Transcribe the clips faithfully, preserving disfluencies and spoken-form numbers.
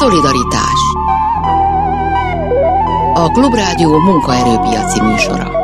Szolidaritás. A Klubrádió munkaerőpiaci műsora.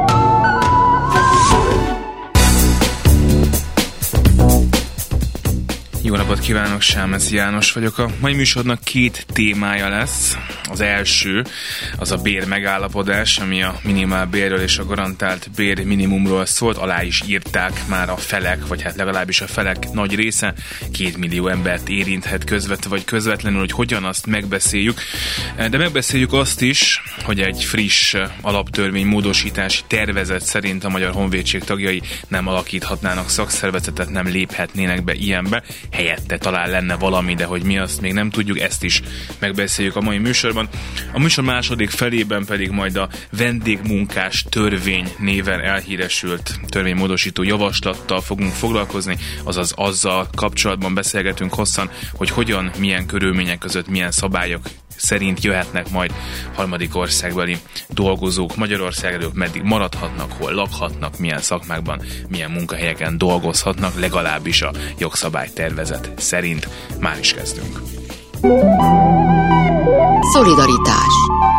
Jó napot kívánok, Sámez János vagyok. A mai műsornak két témája lesz. Az első az a bér megállapodás, ami a minimálbérről és a garantált bér minimumról szólt. Alá is írták már a felek, vagy hát legalábbis a felek nagy része. Két millió embert érinthet közvetve vagy közvetlenül, hogy hogyan, azt megbeszéljük. De megbeszéljük azt is, hogy egy friss alaptörvény módosítási tervezet szerint a Magyar Honvédség tagjai nem alakíthatnának szakszervezetet, nem léphetnének be ilyenbe. Helyette talán lenne valami, de hogy mi, azt még nem tudjuk, ezt is megbeszéljük a mai műsorban. A műsor második felében pedig majd a vendégmunkás törvény néven elhíresült törvénymódosító javaslattal fogunk foglalkozni, azaz azzal kapcsolatban beszélgetünk hosszan, hogy hogyan, milyen körülmények között, milyen szabályok szerint jöhetnek majd harmadik országbeli dolgozók Magyarországról, meddig maradhatnak, hol lakhatnak, milyen szakmákban, milyen munkahelyeken dolgozhatnak, legalábbis a jogszabálytervezet szerint. Már is kezdünk. Szolidaritás.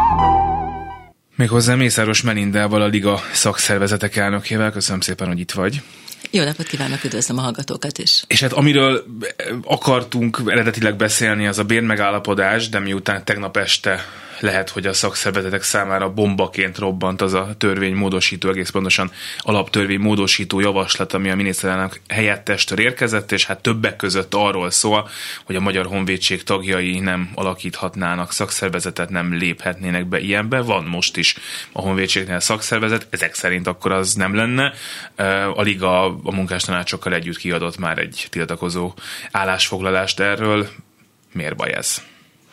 Méghozzá Mészáros Melindával, a Liga szakszervezetek elnökével. Köszönöm szépen, hogy itt vagy. Jó napot kívánok, üdvözlöm a hallgatókat is. És hát amiről akartunk eredetileg beszélni, az a bérmegállapodás, de miután tegnap este lehet, hogy a szakszervezetek számára bombaként robbant az a törvénymódosító, egész pontosan alaptörvénymódosító javaslat, ami a miniszterelnök helyettestől érkezett, és hát többek között arról szól, hogy a Magyar Honvédség tagjai nem alakíthatnának szakszervezetet, nem léphetnének be ilyenbe. Van most is a Honvédségnél szakszervezet, ezek szerint akkor az nem lenne. A Liga a munkástanácsokkal együtt kiadott már egy tiltakozó állásfoglalást erről. Miért baj ez?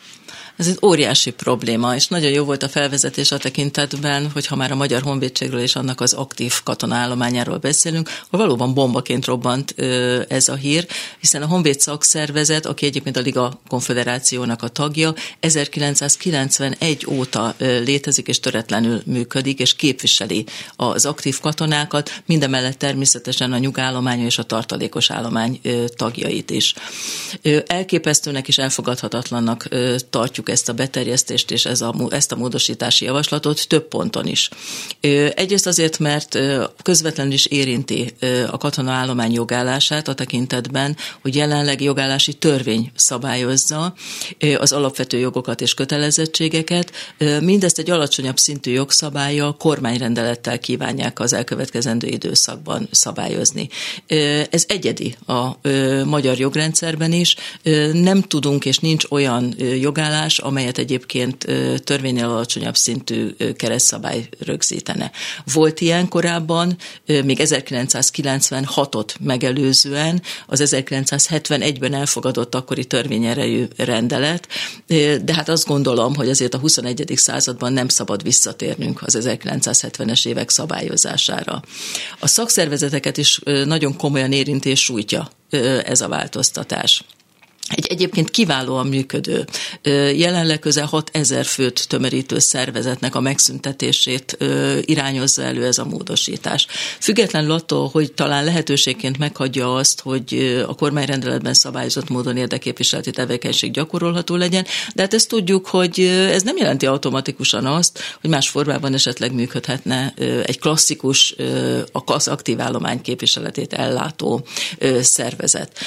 Ez egy óriási probléma, és nagyon jó volt a felvezetés a tekintetben, hogy ha már a Magyar Honvédségről és annak az aktív katonaállományáról beszélünk, hogy valóban bombaként robbant ez a hír, hiszen a Honvéd szakszervezet, aki egyébként a Liga Konföderációnak a tagja, ezerkilencszázkilencvenegy óta létezik és töretlenül működik, és képviseli az aktív katonákat, mindemellett természetesen a nyugállomány és a tartalékos állomány tagjait is. Elképesztőnek és elfogadhatatlannak tartjuk ezt a beterjesztést és ez a, ezt a módosítási javaslatot több ponton is. Egyrészt azért, mert közvetlenül is érinti a katonaállomány jogállását a tekintetben, hogy jelenleg jogállási törvény szabályozza az alapvető jogokat és kötelezettségeket. Mindezt egy alacsonyabb szintű jogszabállyal, kormányrendelettel kívánják az elkövetkezendő időszakban szabályozni. Ez egyedi a magyar jogrendszerben is. Nem tudunk és nincs olyan jogállás, amelyet egyébként törvénynél alacsonyabb szintű keresztszabály rögzítene. Volt ilyen korábban, még ezerkilencszázkilencvenhatot megelőzően, az ezerkilencszázhetvenegyben elfogadott akkori törvényerejű rendelet, de hát azt gondolom, hogy azért a huszonegyedik században nem szabad visszatérnünk az ezerkilencszázhetvenes évek szabályozására. A szakszervezeteket is nagyon komolyan érinti és sújtja ez a változtatás. Egy egyébként kiválóan működő, jelenleg közel hatezer főt tömörítő szervezetnek a megszüntetését irányozza elő ez a módosítás. Függetlenül attól, hogy talán lehetőségként meghagyja azt, hogy a kormányrendeletben szabályozott módon érdekképviseleti tevékenység gyakorolható legyen, de hát ezt tudjuk, hogy ez nem jelenti automatikusan azt, hogy más formában esetleg működhetne egy klasszikus, az aktív állomány képviseletét ellátó szervezet.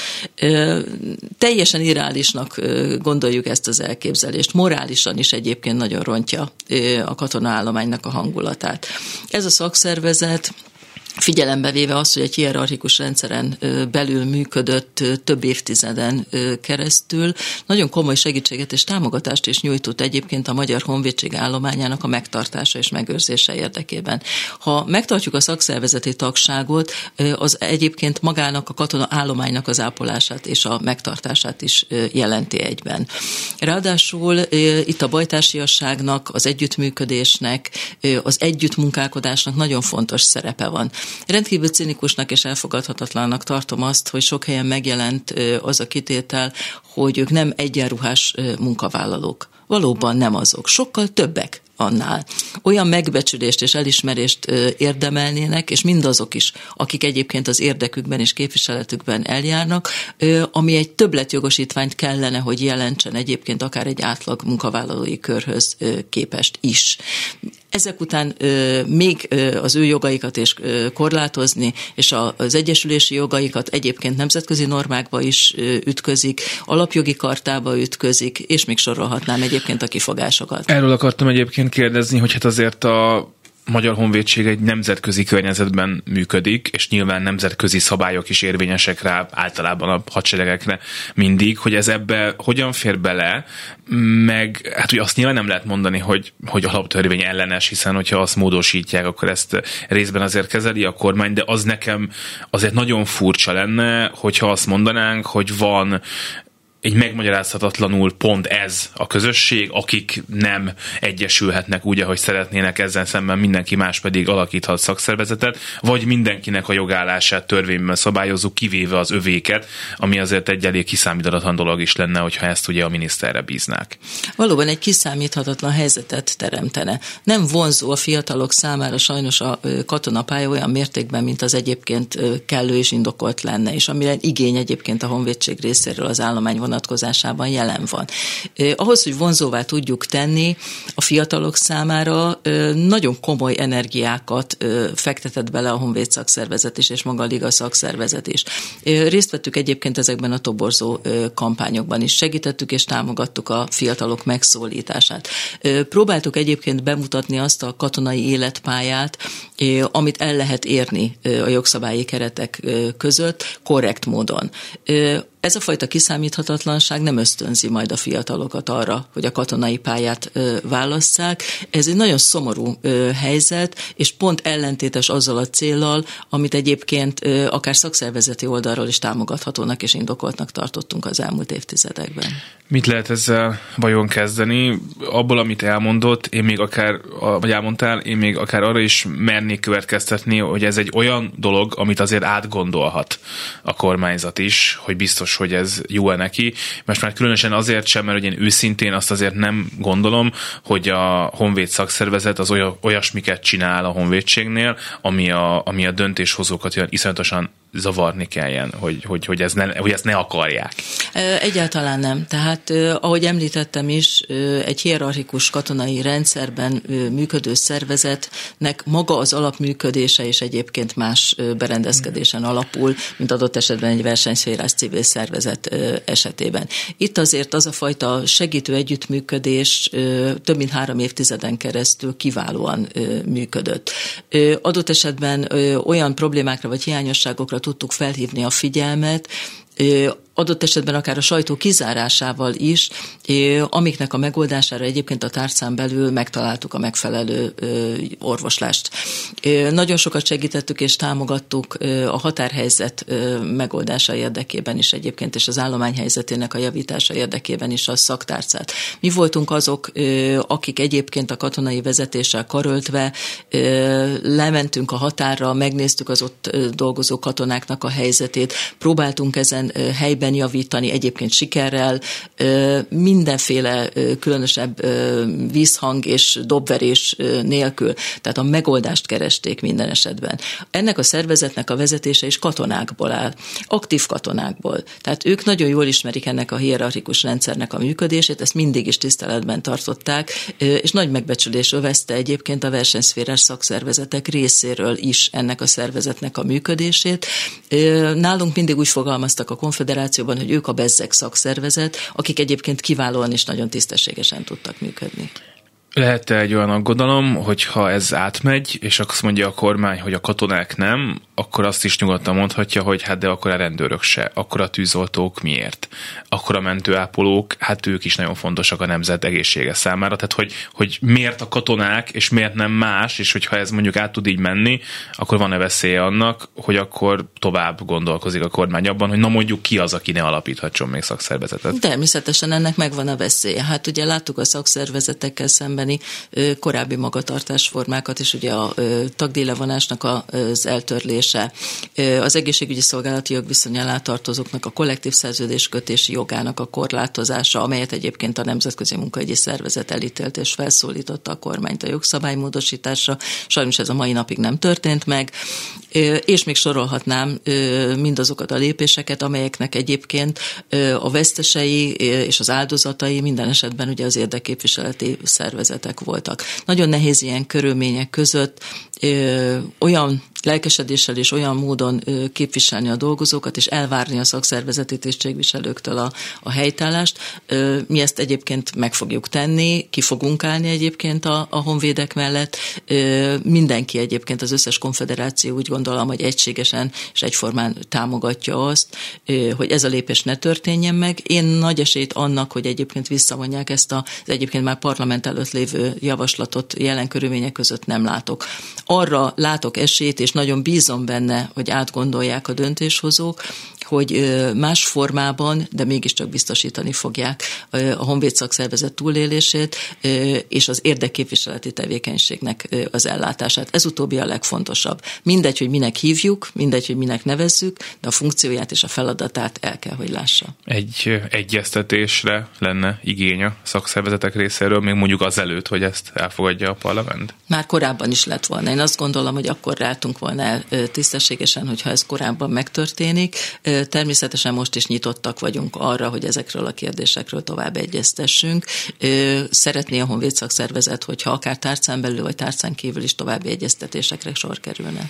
Teljes irreálisnak gondoljuk ezt az elképzelést. Morálisan is egyébként nagyon rontja a katonaállománynak a hangulatát. Ez a szakszervezet figyelembe véve azt, hogy egy hierarchikus rendszeren belül működött több évtizeden keresztül, nagyon komoly segítséget és támogatást is nyújtott egyébként a Magyar Honvédség állományának a megtartása és megőrzése érdekében. Ha megtartjuk a szakszervezeti tagságot, az egyébként magának a katona állománynak az ápolását és a megtartását is jelenti egyben. Ráadásul itt a bajtársiasságnak, az együttműködésnek, az együttmunkálkodásnak nagyon fontos szerepe van. Rendkívül cinikusnak és elfogadhatatlannak tartom azt, hogy sok helyen megjelent az a kitétel, hogy ők nem egyenruhás munkavállalók. Valóban nem azok. Sokkal többek annál. Olyan megbecsülést és elismerést érdemelnének, és mindazok is, akik egyébként az érdekükben és képviseletükben eljárnak, ami egy többletjogosítványt kellene, hogy jelentsen egyébként akár egy átlag munkavállalói körhöz képest is. Ezek után ö, még ö, az ő jogaikat is ö, korlátozni, és a, az egyesülési jogaikat egyébként nemzetközi normákba is ö, ütközik, alapjogi kartába ütközik, és még sorolhatnám egyébként a kifogásokat. Erről akartam egyébként kérdezni, hogy hát azért a Magyar Honvédség egy nemzetközi környezetben működik, és nyilván nemzetközi szabályok is érvényesek rá általában a hadseregekre mindig, hogy ez ebbe hogyan fér bele, meg hát ugye azt nyilván nem lehet mondani, hogy, hogy alaptörvény ellenes, hiszen hogyha azt módosítják, akkor ezt részben azért kezeli a kormány, de az nekem azért nagyon furcsa lenne, hogyha azt mondanánk, hogy van egy megmagyarázhatatlanul pont ez a közösség, akik nem egyesülhetnek úgy, ahogy szeretnének, ezzel szemben mindenki más pedig alakíthat szakszervezetet, vagy mindenkinek a jogállását törvényben szabályozzuk, kivéve az övéket, ami azért egy elég kiszámíthatatlan dolog is lenne, hogyha ezt ugye a miniszterre bíznák. Valóban egy kiszámíthatatlan helyzetet teremtene. Nem vonzó a fiatalok számára sajnos a katonapálya olyan mértékben, mint az egyébként kellő és indokolt lenne, és amire igény egyébként a honvédség részéről az állomány vonatkozásában jelen van. Eh, ahhoz, hogy vonzóvá tudjuk tenni a fiatalok számára, eh, nagyon komoly energiákat eh, fektetett bele a Honvéd szakszervezet is, és maga a Liga szakszervezet is. Eh, részt vettük egyébként ezekben a toborzó eh, kampányokban is. Segítettük és támogattuk a fiatalok megszólítását. Eh, próbáltuk egyébként bemutatni azt a katonai életpályát, eh, amit el lehet érni eh, a jogszabályi keretek eh, között korrekt módon. Eh, Ez a fajta kiszámíthatatlanság nem ösztönzi majd a fiatalokat arra, hogy a katonai pályát ö, válasszák. Ez egy nagyon szomorú ö, helyzet, és pont ellentétes azzal a céllal, amit egyébként ö, akár szakszervezeti oldalról is támogathatónak és indokoltnak tartottunk az elmúlt évtizedekben. Mit lehet ezzel vajon kezdeni? Abból, amit elmondott, én még akár, vagy elmondtál, én még akár arra is mernék következtetni, hogy ez egy olyan dolog, amit azért átgondolhat a kormányzat is, hogy biztos, hogy ez jó-e neki. Most már különösen azért sem, mert én őszintén azt azért nem gondolom, hogy a honvéd szakszervezet az olyasmiket csinál a honvédségnél, ami a, ami a döntéshozókat olyan iszonyatosan zavarni kelljen, hogy, hogy, hogy, ez ne, hogy ezt ne akarják. Egyáltalán nem. Tehát, ahogy említettem is, egy hierarchikus katonai rendszerben működő szervezetnek maga az alapműködése és egyébként más berendezkedésen alapul, mint adott esetben egy versenyszférás civil szervezet esetében. Itt azért az a fajta segítő együttműködés több mint három évtizeden keresztül kiválóan működött. Adott esetben olyan problémákra vagy hiányosságokra tudtuk felhívni a figyelmet, adott esetben akár a sajtó kizárásával is, amiknek a megoldására egyébként a tárcán belül megtaláltuk a megfelelő orvoslást. Nagyon sokat segítettük és támogattuk a határhelyzet megoldása érdekében is egyébként, és az állomány helyzetének a javítása érdekében is a szaktárcát. Mi voltunk azok, akik egyébként a katonai vezetéssel karöltve lementünk a határra, megnéztük az ott dolgozó katonáknak a helyzetét, próbáltunk ezen helyben javítani, egyébként sikerrel, mindenféle különösebb vízhang és dobverés nélkül. Tehát a megoldást keresték minden esetben. Ennek a szervezetnek a vezetése is katonákból áll, aktív katonákból. Tehát ők nagyon jól ismerik ennek a hierarchikus rendszernek a működését, ezt mindig is tiszteletben tartották, és nagy megbecsülés övezte egyébként a versenyszférás szakszervezetek részéről is ennek a szervezetnek a működését. Nálunk mindig úgy fogalmaztak a konfederációban, hogy ők a bezzeg szakszervezet, akik egyébként kiválóan és nagyon tisztességesen tudtak működni. Lehet-e egy olyan aggodalom, hogyha ez átmegy, és azt mondja a kormány, hogy a katonák nem, akkor azt is nyugodtan mondhatja, hogy hát de akkor a rendőrök se, akkor a tűzoltók miért? Akkor a mentőápolók, hát ők is nagyon fontosak a nemzet egészsége számára, tehát hogy, hogy miért a katonák, és miért nem más, és hogyha ez mondjuk át tud így menni, akkor van-e veszélye annak, hogy akkor tovább gondolkozik a kormány abban, hogy na mondjuk ki az, aki ne alapíthatson még szakszervezetet? Természetesen ennek megvan a veszélye. Hát ugye láttuk a szakszervezetekkel szemben szembeni korábbi magatartásformákat, és ugye a tagdíjlevonásnak az eltörlése, az egészségügyi szolgálati jogviszony alá tartozóknak a kollektív szerződéskötési jogának a korlátozása, amelyet egyébként a Nemzetközi Munkaügyi Szervezet elítélt és felszólította a kormányt a jogszabálymódosításra. Sajnos ez a mai napig nem történt meg, és még sorolhatnám mindazokat a lépéseket, amelyeknek egyébként a vesztesei és az áldozatai minden esetben ugye az érdekképviseleti szervezetek voltak. Nagyon nehéz ilyen körülmények között olyan lelkesedéssel és olyan módon képviselni a dolgozókat, és elvárni a szakszervezeti tisztségviselőktől a, a helytállást. Mi ezt egyébként meg fogjuk tenni, ki fogunk állni egyébként a, a honvédek mellett. Mindenki egyébként, az összes konfederáció úgy gondolom, hogy egységesen és egyformán támogatja azt, hogy ez a lépés ne történjen meg. Én nagy esélyt annak, hogy egyébként visszavonják ezt az egyébként már parlament előtt lévő javaslatot jelen körülmények között nem látok. Arra látok esélyt, és nagyon bízom benne, hogy átgondolják a döntéshozók, hogy más formában, de mégiscsak biztosítani fogják a honvéd szakszervezet túlélését és az érdekképviseleti tevékenységnek az ellátását. Ez utóbbi a legfontosabb. Mindegy, hogy minek hívjuk, mindegy, hogy minek nevezzük, de a funkcióját és a feladatát el kell, hogy lássa. Egy egyeztetésre lenne igény a szakszervezetek részéről, még mondjuk azelőtt, hogy ezt elfogadja a parlament? Már korábban is lett volna. Én azt gondolom, hogy akkor rátunk volna el tisztességesen, hogyha ez korábban megtörténik. Természetesen most is nyitottak vagyunk arra, hogy ezekről a kérdésekről tovább egyeztessünk. Szeretné a honvéd szakszervezet, hogyha akár tárcán belül vagy tárcán kívül is további egyeztetésekre sor kerülne.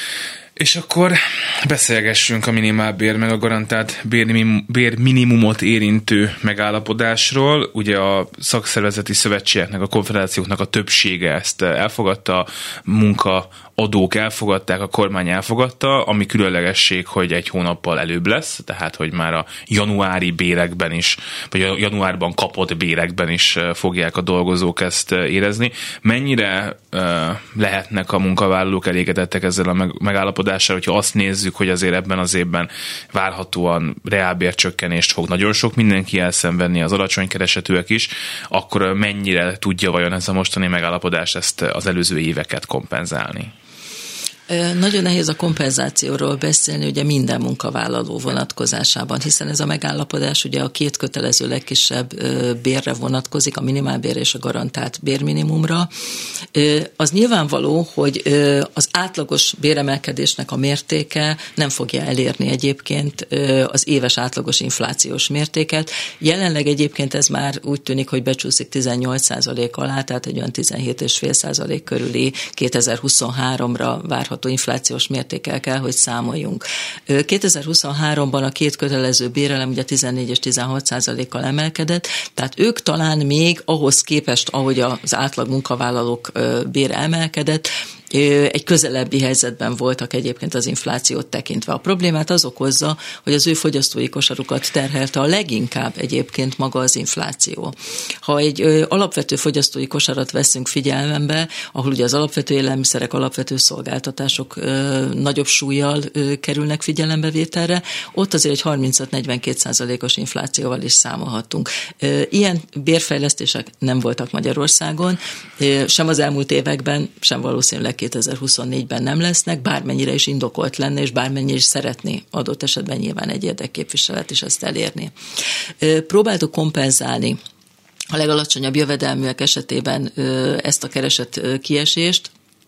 És akkor beszélgessünk a minimálbér meg a garantált bérminimumot érintő megállapodásról. Ugye a szakszervezeti szövetségeknek, a konfederációknak a többsége ezt elfogadta, a munkaadók elfogadták, a kormány elfogadta, ami különlegesség, hogy egy hónappal előbb lesz, tehát hogy már a januári bérekben is, vagy a januárban kapott bérekben is fogják a dolgozók ezt érezni. Mennyire uh, lehetnek a munkavállalók elégedettek ezzel a megállapodással, hogyha azt nézzük, hogy azért ebben az évben várhatóan reálbércsökkenést fog nagyon sok mindenki elszenvedni, az alacsony keresetűek is, akkor mennyire tudja vajon ez a mostani megállapodás ezt az előző éveket kompenzálni? Nagyon nehéz a kompenzációról beszélni ugye minden munkavállaló vonatkozásában, hiszen ez a megállapodás ugye a két kötelező legkisebb bérre vonatkozik, a minimálbér és a garantált bérminimumra. Az nyilvánvaló, hogy az átlagos béremelkedésnek a mértéke nem fogja elérni egyébként az éves átlagos inflációs mértéket. Jelenleg egyébként ez már úgy tűnik, hogy becsúszik tizennyolc százalék alá, tehát egy olyan tizenhét egész öt százalék körüli kétezer-huszonháromra várható inflációs mértékkel kell, hogy számoljunk. kétezer-huszonháromban a két kötelező bérelem ugye tizennégy és tizenhat százalékkal emelkedett, tehát ők talán még ahhoz képest, ahogy az átlag munkavállalók bére emelkedett, egy közelebbi helyzetben voltak egyébként az inflációt tekintve. A problémát az okozza, hogy az ő fogyasztói kosarukat terhelte a leginkább egyébként maga az infláció. Ha egy alapvető fogyasztói kosarat veszünk figyelembe, ahol ugye az alapvető élelmiszerek, alapvető szolgáltatások nagyobb súllyal kerülnek figyelembevételre, ott azért egy harmincöt-negyvenkét százalékos inflációval is számolhatunk. Ilyen bérfejlesztések nem voltak Magyarországon, sem az elmúlt években, sem valószínűleg kétezer-huszonnégyben nem lesznek, bármennyire is indokolt lenne, és bármennyire is szeretné adott esetben nyilván egy érdekképviselet is ezt elérni. Próbáltuk kompenzálni a legalacsonyabb jövedelműek esetében ezt a keresett kiesést.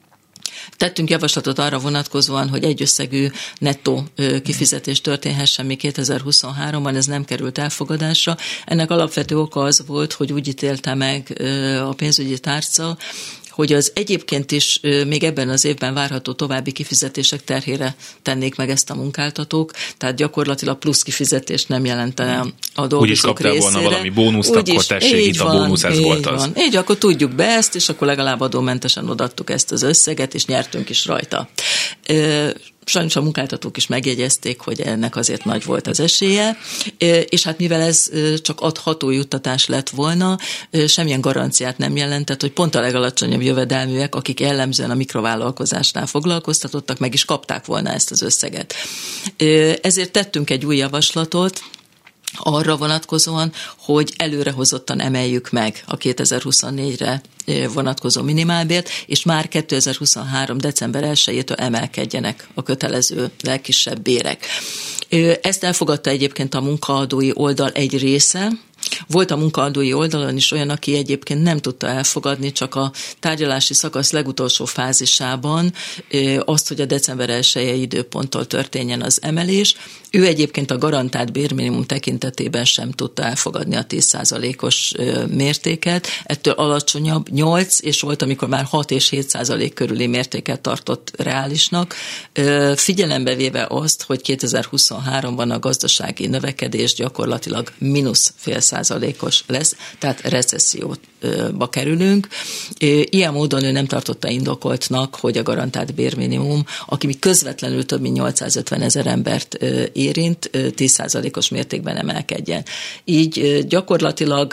Tettünk javaslatot arra vonatkozóan, hogy egyösszegű nettó kifizetés történhessen még kétezer-huszonháromban, ez nem került elfogadásra. Ennek alapvető oka az volt, hogy úgy ítélte meg a pénzügyi tárca, hogy az egyébként is még ebben az évben várható további kifizetések terhére tennék meg ezt a munkáltatók, tehát gyakorlatilag plusz kifizetést nem jelentene a dolgozók részére. Úgyis kaptál volna valami bónuszt, úgy akkor tessék, itt a bónusz, ez volt az. Van. Így, akkor tudjuk be ezt, és akkor legalább adómentesen odaadtuk ezt az összeget, és nyertünk is rajta. Sajnos a munkáltatók is megjegyezték, hogy ennek azért nagy volt az esélye, és hát mivel ez csak adható juttatás lett volna, semmilyen garanciát nem jelentett, hogy pont a legalacsonyabb jövedelműek, akik jellemzően a mikrovállalkozásnál foglalkoztatottak, meg is kapták volna ezt az összeget. Ezért tettünk egy új javaslatot, arra vonatkozóan, hogy előrehozottan emeljük meg a kétezer-huszonnégyre vonatkozó minimálbért, és már kétezer-huszonhárom. december elsejétől emelkedjenek a kötelező legkisebb bérek. Ezt elfogadta egyébként a munkaadói oldal egy része. Volt a munkaadói oldalon is olyan, aki egyébként nem tudta elfogadni, csak a tárgyalási szakasz legutolsó fázisában azt, hogy a december elsejei időponttól történjen az emelés. Ő egyébként a garantált bérminimum tekintetében sem tudta elfogadni a tíz százalékos mértéket, ettől alacsonyabb nyolc, és volt, amikor már hat és hét százalék körüli mértéket tartott reálisnak, figyelembe véve azt, hogy kétezer-huszonháromban a gazdasági növekedés gyakorlatilag mínusz fél százalékos lesz, tehát recesszióba kerülünk. Ilyen módon ő nem tartotta indokoltnak, hogy a garantált bérminimum, aki közvetlenül több mint nyolcszázötven ezer embert érint, tíz százalékos mértékben emelkedjen. Így gyakorlatilag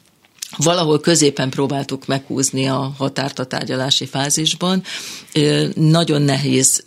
valahol középen próbáltuk meghúzni a határt a tárgyalási fázisban. Nagyon nehéz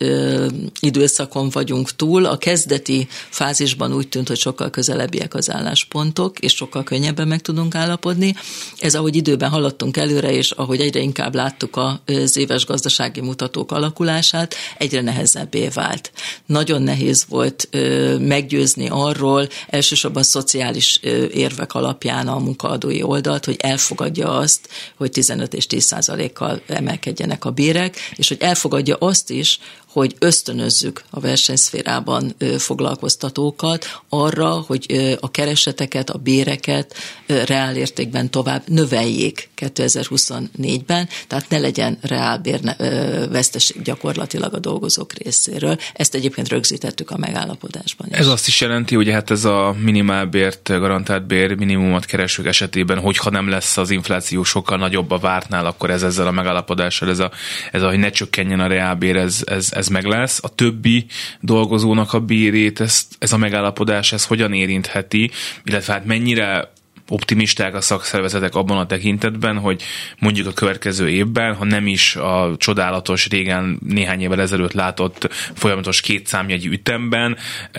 időszakon vagyunk túl. A kezdeti fázisban úgy tűnt, hogy sokkal közelebbiek az álláspontok, és sokkal könnyebben meg tudunk állapodni. Ez, ahogy időben haladtunk előre, és ahogy egyre inkább láttuk az éves gazdasági mutatók alakulását, egyre nehezebbé vált. Nagyon nehéz volt meggyőzni arról, elsősorban szociális érvek alapján a munkaadói oldalt, hogy elfogadja azt, hogy tizenöt és tíz százalékkal emelkedjenek a bérek, és hogy elfogadja azt is, hogy ösztönözzük a versenyszférában foglalkoztatókat arra, hogy a kereseteket, a béreket reálértékben tovább növeljék kétezer-huszonnégyben, tehát ne legyen reálbér veszteség gyakorlatilag a dolgozók részéről. Ezt egyébként rögzítettük a megállapodásban is. Ez azt is jelenti, hogy hát ez a minimálbért, garantált bér minimumot keresők esetében, hogyha nem lesz az infláció sokkal nagyobb a vártnál, akkor ez ezzel a megállapodással, ez a, ez a hogy ne csökkenjen a reálbér, ez, ez, ez meg lesz. A többi dolgozónak a bérét, ez, ez a megállapodás, ez hogyan érintheti, illetve hát mennyire optimisták a szakszervezetek abban a tekintetben, hogy mondjuk a következő évben, ha nem is a csodálatos, régen néhány évvel ezelőtt látott folyamatos kétszámjegyű ütemben,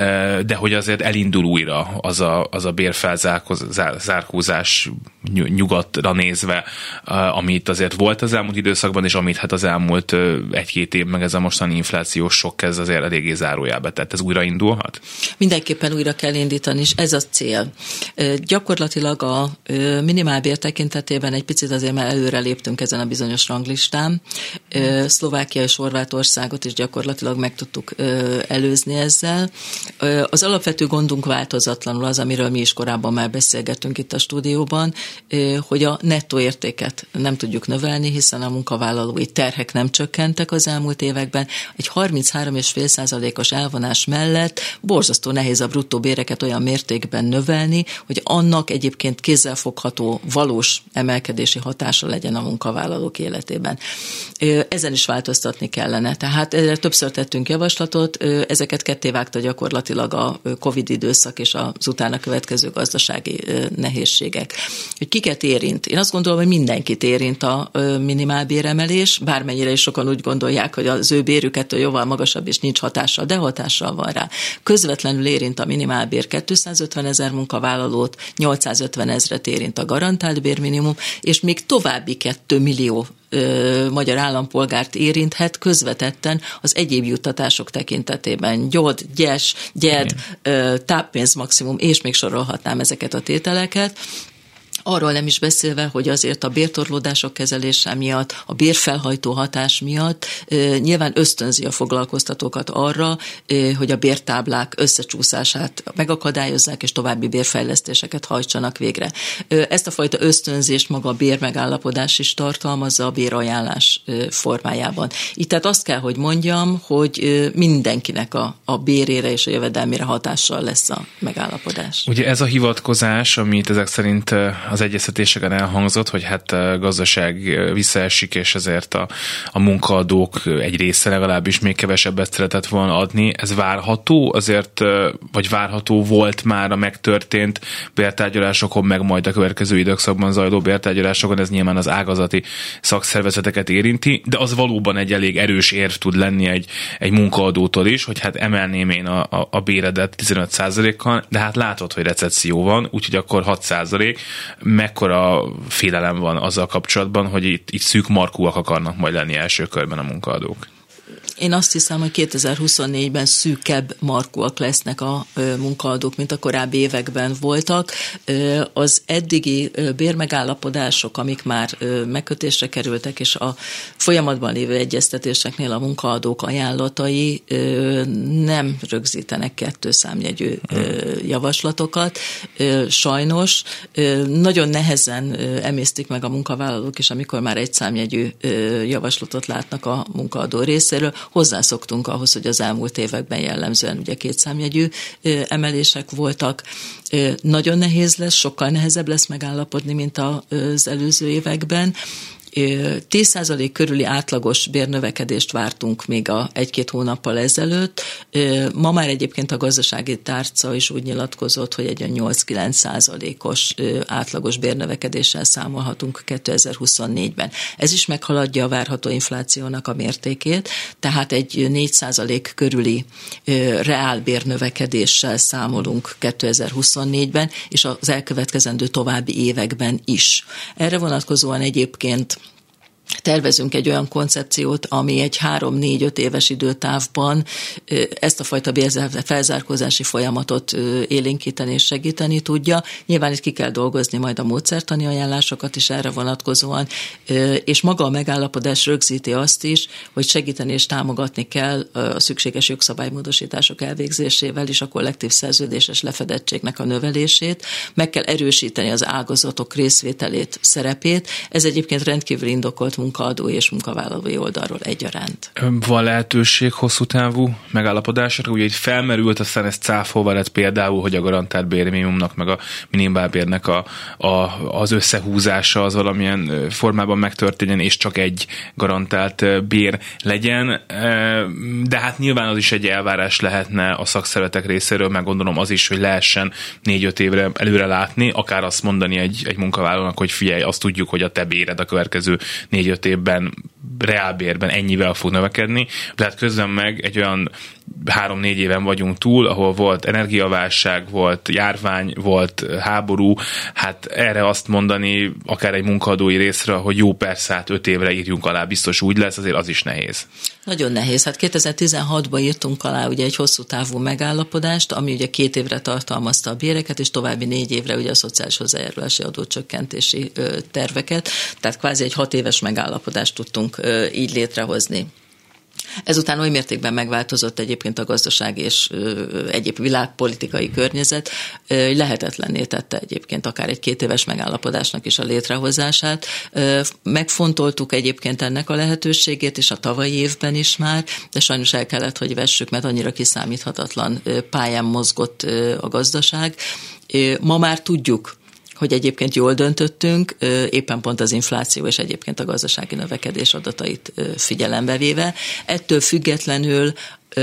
de hogy azért elindul újra az a, az a bérfelzárkózás nyugatra nézve, amit azért volt az elmúlt időszakban, és amit hát az elmúlt egy-két év, meg ez a mostani inflációs sok, ez azért eléggé zárójelbe, tehát ez újraindulhat? Mindenképpen újra kell indítani, és ez a cél. Gyakorlatilag a minimálbér tekintetében egy picit azért már előre léptünk ezen a bizonyos ranglistán. Szlovákia és Horvátországot is gyakorlatilag meg tudtuk előzni ezzel. Az alapvető gondunk változatlanul az, amiről mi is korábban már beszélgettünk itt a stúdióban, hogy a nettó értéket nem tudjuk növelni, hiszen a munkavállalói terhek nem csökkentek az elmúlt években. Egy harminchárom egész öt százalékos elvonás mellett borzasztó nehéz a bruttó béreket olyan mértékben növelni, hogy annak egyébként kézzelfogható, valós emelkedési hatása legyen a munkavállalók életében. Ezen is változtatni kellene. Tehát erre többször tettünk javaslatot, ezeket kettévágta gyakorlatilag a Covid időszak és az utána következő gazdasági nehézségek. Hogy kiket érint? Én azt gondolom, hogy mindenkit érint a minimálbéremelés, bármennyire is sokan úgy gondolják, hogy az ő bérük ettől jóval magasabb és nincs hatással, de hatással van rá. Közvetlenül érint a minimálbér kétszázötven ezer munkavállalót, nyolcszázötven ezret érint a garantált bérminimum, és még további két millió ö, magyar állampolgárt érinthet közvetetten az egyéb juttatások tekintetében. Gyód, gyes, gyed, ö, táppénz maximum, és még sorolhatnám ezeket a tételeket. Arról nem is beszélve, hogy azért a bértorlódások kezelése miatt, a bérfelhajtó hatás miatt e, nyilván ösztönzi a foglalkoztatókat arra, e, hogy a bértáblák összecsúszását megakadályozzák, és további bérfejlesztéseket hajtsanak végre. E, ezt a fajta ösztönzést maga a bérmegállapodás is tartalmazza a bérajánlás e, formájában. Itt tehát azt kell, hogy mondjam, hogy e, mindenkinek a, a bérére és a jövedelmére hatással lesz a megállapodás. Ugye ez a hivatkozás, amit ezek szerint az az egyeztetéseken elhangzott, hogy hát a gazdaság visszaesik, és ezért a, a munkaadók egy része legalábbis még kevesebbet szeretett volna adni. Ez várható azért, vagy várható volt már a megtörtént bértárgyalásokon, meg majd a következő időszakban zajló bértárgyalásokon, ez nyilván az ágazati szakszervezeteket érinti, de az valóban egy elég erős érv tud lenni egy, egy munkaadótól is, hogy hát emelném én a, a, a béredet tizenöt százalékkal, de hát látod, hogy recesszió van, úgyhogy akkor hat százalék. Mekkora félelem van azzal kapcsolatban, hogy itt, itt szűk markúak akarnak majd lenni első körben a munkaadók? Én azt hiszem, hogy kétezer-huszonnégyben szűkebb markúak lesznek a munkaadók, mint a korábbi években voltak. Az eddigi bérmegállapodások, amik már megkötésre kerültek, és a folyamatban lévő egyeztetéseknél a munkaadók ajánlatai nem rögzítenek kettőszámjegyű javaslatokat. Sajnos nagyon nehezen emésztik meg a munkavállalók is, amikor már egyszámjegyű javaslatot látnak a munkaadó részéről. Hozzászoktunk ahhoz, hogy az elmúlt években jellemzően ugye kétszámjegyű emelések voltak. Nagyon nehéz lesz, sokkal nehezebb lesz megállapodni, mint az előző években. tíz százalék körüli átlagos bérnövekedést vártunk még a egy-két hónappal ezelőtt. Ma már egyébként a gazdasági tárca is úgy nyilatkozott, hogy egy nyolc-kilenc százalékos átlagos bérnövekedéssel számolhatunk kétezer-huszonnégyben. Ez is meghaladja a várható inflációnak a mértékét, tehát egy négy százalék körüli reál bérnövekedéssel számolunk kétezer-huszonnégyben, és az elkövetkezendő további években is. Erre vonatkozóan egyébként tervezünk egy olyan koncepciót, ami egy három-négy-öt éves időtávban ezt a fajta felzárkózási folyamatot élénkíteni és segíteni tudja. Nyilván itt ki kell dolgozni majd a módszertani ajánlásokat is erre vonatkozóan, és maga a megállapodás rögzíti azt is, hogy segíteni és támogatni kell a szükséges jogszabálymódosítások elvégzésével is a kollektív szerződéses lefedettségnek a növelését, meg kell erősíteni az ágazatok részvételét, szerepét. Ez egyébként rendkívül indokolt munkaadó és munkavállalói oldalról egyaránt. Van lehetőség hosszú távú megállapodásra? Ugye itt felmerült, aztán ez cáfolva lett például, hogy a garantált bérminimumnak meg a minimálbérnek a, a, az összehúzása az valamilyen formában megtörténjen, és csak egy garantált bér legyen. De hát nyilván az is egy elvárás lehetne a szakszervezetek részéről, meg gondolom az is, hogy lehessen négy-öt évre előre látni, akár azt mondani egy, egy munkavállalónak, hogy figyelj, azt tudjuk, hogy a te béred a következő négy-öt évben reálbérben ennyivel fog növekedni, de hát közben meg egy olyan három-négy éven vagyunk túl, ahol volt energiaválság, volt járvány, volt háború, hát erre azt mondani akár egy munkaadói részre, hogy jó, persze, hát öt évre írjunk alá, biztos úgy lesz, azért az is nehéz. Nagyon nehéz. Hát kétezer-tizenhatban írtunk alá ugye egy hosszú távú megállapodást, ami ugye két évre tartalmazta a béreket, és további négy évre ugye a szociális hozzájárulási adócsökkentési terveket, tehát kvázi egy hat éves megállapodást tudtunk így létrehozni. Ezután oly mértékben megváltozott egyébként a gazdaság és egyéb világpolitikai környezet, lehetetlenné tette egyébként akár egy két éves megállapodásnak is a létrehozását. Megfontoltuk egyébként ennek a lehetőségét is a tavalyi évben is már, de sajnos el kellett, hogy vessük, mert annyira kiszámíthatatlan pályán mozgott a gazdaság. Ma már tudjuk, hogy egyébként jól döntöttünk, éppen pont az infláció és egyébként a gazdasági növekedés adatait figyelembe véve. Ettől függetlenül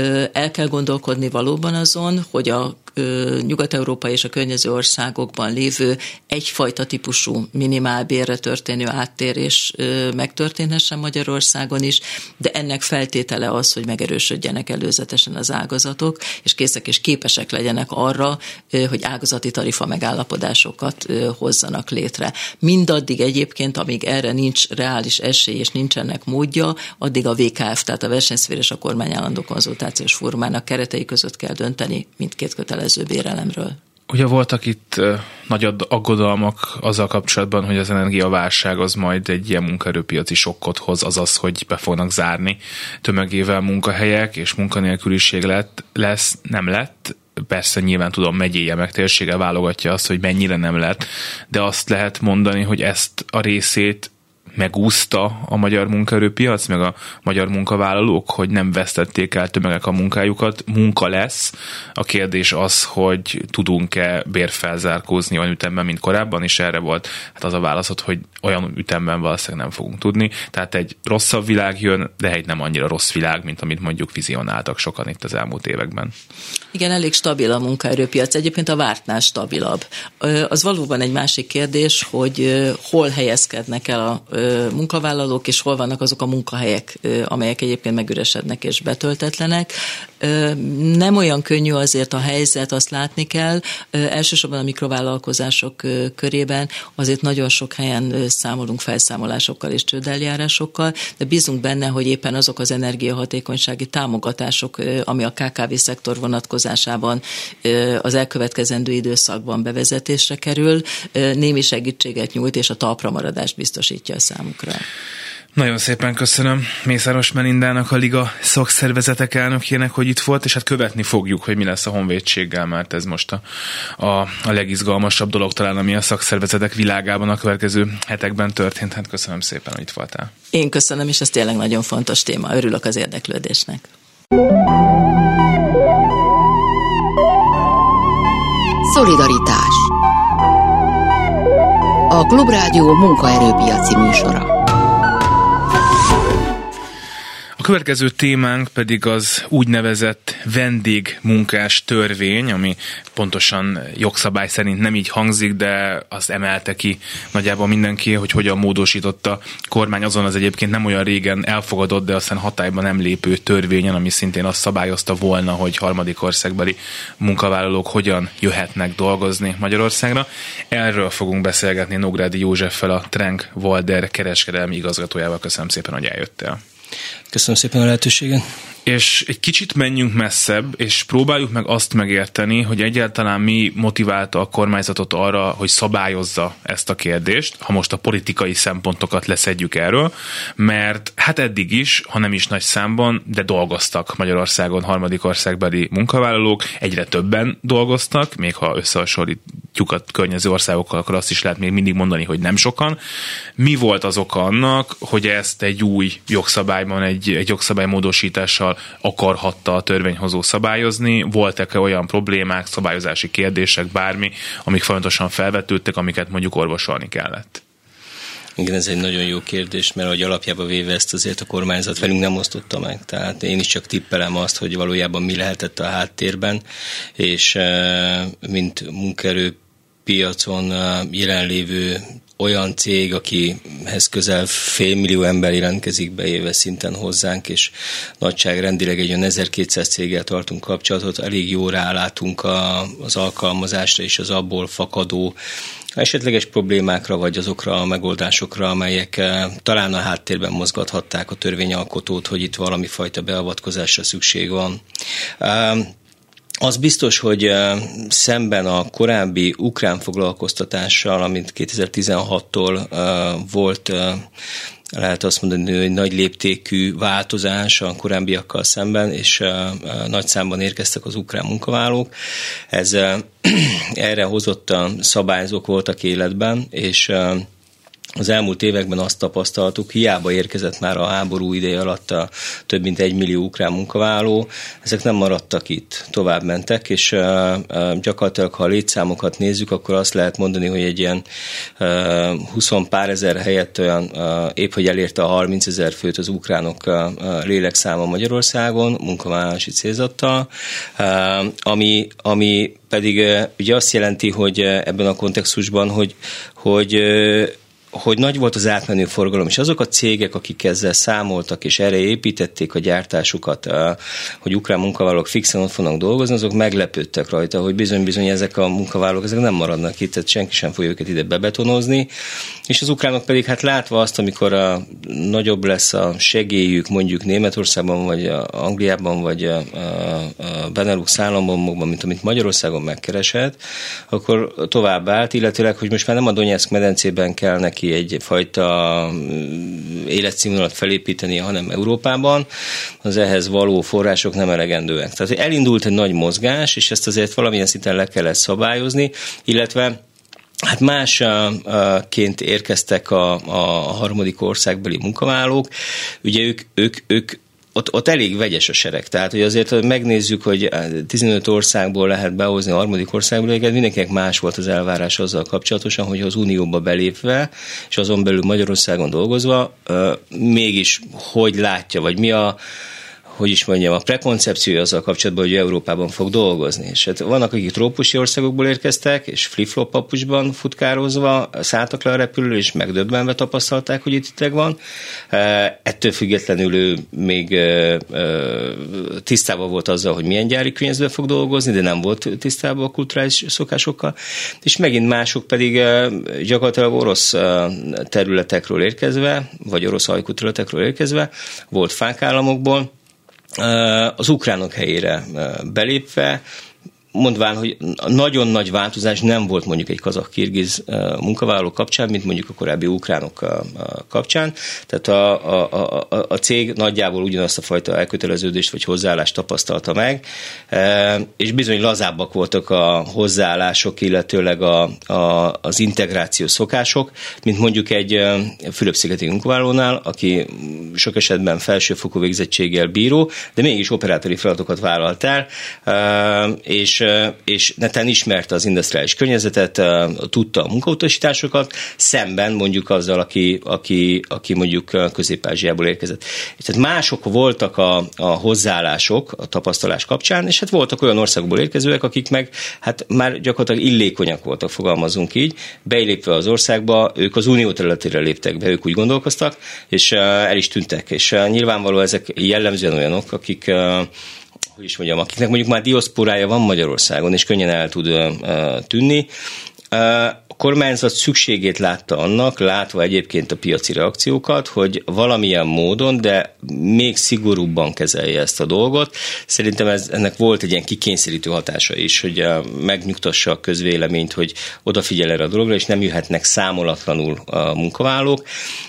el kell gondolkodni valóban azon, hogy a Nyugat-Európa és a környező országokban lévő egyfajta típusú minimálbérre történő áttérés megtörténhessen Magyarországon is, de ennek feltétele az, hogy megerősödjenek előzetesen az ágazatok, és készek és képesek legyenek arra, hogy ágazati tarifa megállapodásokat hozzanak létre. Mindaddig egyébként, amíg erre nincs reális esély és nincsenek módja, addig a vé ká ef, tehát a versenyszféra és a kormány állandó konzultációs fórumának keretei között kell dönteni mindkét kötelező bérelemről. Ugye voltak itt uh, nagy aggodalmak azzal kapcsolatban, hogy az energiaválság az majd egy ilyen munkaerőpiaci sokkot hoz, azaz, hogy be fognak zárni tömegével munkahelyek, és munkanélküliség lett, lesz, nem lett. Persze nyilván tudom, megyéje meg térsége válogatja azt, hogy mennyire nem lett, de azt lehet mondani, hogy ezt a részét megúszta a magyar munkaerőpiac, meg a magyar munkavállalók, hogy nem vesztették el tömegek a munkájukat, munka lesz. A kérdés az, hogy tudunk-e bérfelzárkózni olyan ütemben, mint korábban, és erre volt hát az a válaszod, hogy olyan ütemben valószínűleg nem fogunk tudni. Tehát egy rosszabb világ jön, de egy nem annyira rossz világ, mint amit mondjuk vizionáltak sokan itt az elmúlt években. Igen, elég stabil a munkaerőpiac, egyébként a vártnál stabilabb. Az valóban egy másik kérdés, hogy hol helyezkednek el a munkavállalók, és hol vannak azok a munkahelyek, amelyek egyébként megüresednek és betöltetlenek. Nem olyan könnyű azért a helyzet, azt látni kell. Elsősorban a mikrovállalkozások körében azért nagyon sok helyen számolunk felszámolásokkal és csődeljárásokkal, de bízunk benne, hogy éppen azok az energiahatékonysági támogatások, ami a ká ká vé szektor vonatkozásában az elkövetkezendő időszakban bevezetésre kerül, némi segítséget nyújt, és a talpramaradást biztosítja a számukra. Nagyon szépen köszönöm Mészáros Melindának, a Liga szakszervezetek elnökének, hogy itt volt, és hát követni fogjuk, hogy mi lesz a honvédséggel, mert ez most a, a, a legizgalmasabb dolog talán, ami a szakszervezetek világában a következő hetekben történt. Hát köszönöm szépen, hogy itt voltál. Én köszönöm, és ez tényleg nagyon fontos téma. Örülök az érdeklődésnek. Szolidaritás. A Klubrádió munkaerőpiaci műsora. A következő témánk pedig az úgynevezett vendégmunkás törvény, ami pontosan jogszabály szerint nem így hangzik, de azt emelte ki nagyjából mindenki, hogy hogyan módosította a kormány azon az egyébként nem olyan régen elfogadott, de aztán hatályban nem lépő törvényen, ami szintén azt szabályozta volna, hogy harmadik országbeli munkavállalók hogyan jöhetnek dolgozni Magyarországra. Erről fogunk beszélgetni Nógrádi Józseffel, a Trenk Walder kereskedelmi igazgatójával. Köszönöm szépen, hogy eljöttél. Köszönöm szépen a lehetőséget. És egy kicsit menjünk messzebb, és próbáljuk meg azt megérteni, hogy egyáltalán mi motiválta a kormányzatot arra, hogy szabályozza ezt a kérdést, ha most a politikai szempontokat leszedjük erről, mert hát eddig is, ha nem is nagy számban, de dolgoztak Magyarországon harmadik országbeli munkavállalók, egyre többen dolgoztak, még ha összehasonlítjuk a környező országokkal, akkor azt is lehet még mindig mondani, hogy nem sokan. Mi volt az oka annak, hogy ezt egy új jogszabályban, egy, egy jogszabálymódosítással akarhatta a törvényhozó szabályozni? Voltak-e olyan problémák, szabályozási kérdések, bármi, amik folyamatosan felvetődtek, amiket mondjuk orvosolni kellett? Igen, ez egy nagyon jó kérdés, mert ahogy alapjába véve ezt azért a kormányzat velünk nem osztotta meg. Tehát én is csak tippelem azt, hogy valójában mi lehetett a háttérben, és mint munkaerőpiacon jelenlévő olyan cég, akihez közel félmillió ember jelentkezik be éves szinten hozzánk, és nagyságrendileg egy olyan ezerkétszáz céggel tartunk kapcsolatot, elég jó rálátunk a, az alkalmazásra és az abból fakadó esetleges problémákra, vagy azokra a megoldásokra, amelyek talán a háttérben mozgathatták a törvényalkotót, hogy itt valami fajta beavatkozásra szükség van. Az biztos, hogy szemben a korábbi ukrán foglalkoztatással, amit kétezer-tizenhattól volt, lehet azt mondani, hogy nagy léptékű változás a korábbiakkal szemben, és nagy számban érkeztek az ukrán munkavállalók. Ez erre hozott szabályzók voltak életben, és az elmúlt években azt tapasztaltuk, hiába érkezett már a háború ideje alatt a több mint egy millió ukrán munkavállaló, ezek nem maradtak itt, tovább mentek, és uh, uh, gyakorlatilag, ha a létszámokat nézzük, akkor azt lehet mondani, hogy egy ilyen uh, huszon pár ezer helyett olyan uh, épp, hogy elérte a harmincezer főt az ukránok uh, lélekszáma Magyarországon, munkavállalási célzattal, uh, ami, ami pedig uh, ugye azt jelenti, hogy uh, ebben a kontextusban, hogy, hogy uh, hogy nagy volt az átmenő forgalom, és azok a cégek, akik ezzel számoltak, és erre építették a gyártásukat, hogy ukrán munkavállalók fixen ott fognak dolgozni, azok meglepődtek rajta, hogy bizony-bizony ezek a munkavállalók ezek nem maradnak itt, tehát senki sem fogja őket ide bebetonozni, és az ukránok pedig hát látva azt, amikor a, nagyobb lesz a segélyük mondjuk Németországban, vagy Angliában, vagy a, a, a Benelux államokban, mint amit Magyarországon megkeresett, akkor tovább állt, illetőleg, hogy most már nem a Donetsk medencében kell neki egyfajta életszínvonalat felépíteni, hanem Európában, az ehhez való források nem elegendőek. Tehát elindult egy nagy mozgás, és ezt azért valamilyen szinten le kellett szabályozni, illetve Hát másként érkeztek a, a harmadik országbeli munkavállalók. Ugye ők, ők, ők Ott, ott elég vegyes a sereg. Tehát, hogy azért, hogy megnézzük, hogy tizenöt országból lehet behozni a harmadik országból, mindenkinek más volt az elvárás azzal kapcsolatosan, hogy az Unióba belépve, és azon belül Magyarországon dolgozva, mégis hogy látja, vagy mi a hogy is mondjam, a prekoncepciója azzal kapcsolatban, hogy Európában fog dolgozni. És hát vannak, akik trópusi országokból érkeztek, és flip-flop papucsban futkározva szálltak le a repülőről, és megdöbbenve tapasztalták, hogy itt ideg van. Ettől függetlenül ő még tisztában volt azzal, hogy milyen gyári környezetben fog dolgozni, de nem volt tisztában a kulturális szokásokkal. És megint mások pedig gyakorlatilag orosz területekről érkezve, vagy orosz ajkú területekről érkezve, volt fákállamokból, az ukránok helyére belépve, mondván, hogy nagyon nagy változás nem volt mondjuk egy kazakh-kirgiz munkavállaló kapcsán, mint mondjuk a korábbi ukránok kapcsán. Tehát a, a, a, a cég nagyjából ugyanazt a fajta elköteleződést vagy hozzáállást tapasztalta meg, és bizony lazábbak voltak a hozzáállások, illetőleg a, a, az integrációs szokások, mint mondjuk egy Fülöp-szigeti munkavállalónál, aki sok esetben felsőfokú végzettséggel bíró, de mégis operátori feladatokat vállalt el, és és netán ismerte az industriális környezetet, tudta a munkautasításokat, szemben mondjuk azzal, aki, aki, aki mondjuk Közép-Ázsiából érkezett. És tehát mások voltak a, a hozzáállások a tapasztalás kapcsán, és hát voltak olyan országokból érkezőek, akik meg hát már gyakorlatilag illékonyak voltak, fogalmazunk így, beilépve az országba, ők az unió területére léptek be, ők úgy gondolkoztak, és el is tűntek. És nyilvánvaló ezek jellemzően olyanok, akik hogy is mondjam, akiknek mondjuk már diaszporája van Magyarországon, és könnyen el tud uh, tűnni. Uh, a kormányzat szükségét látta annak, látva egyébként a piaci reakciókat, hogy valamilyen módon, de még szigorúbban kezelje ezt a dolgot. Szerintem ez, ennek volt egy ilyen kikényszerítő hatása is, hogy uh, megnyugtassa a közvéleményt, hogy odafigyel erre a dologra, és nem jöhetnek számolatlanul a munkavállalók.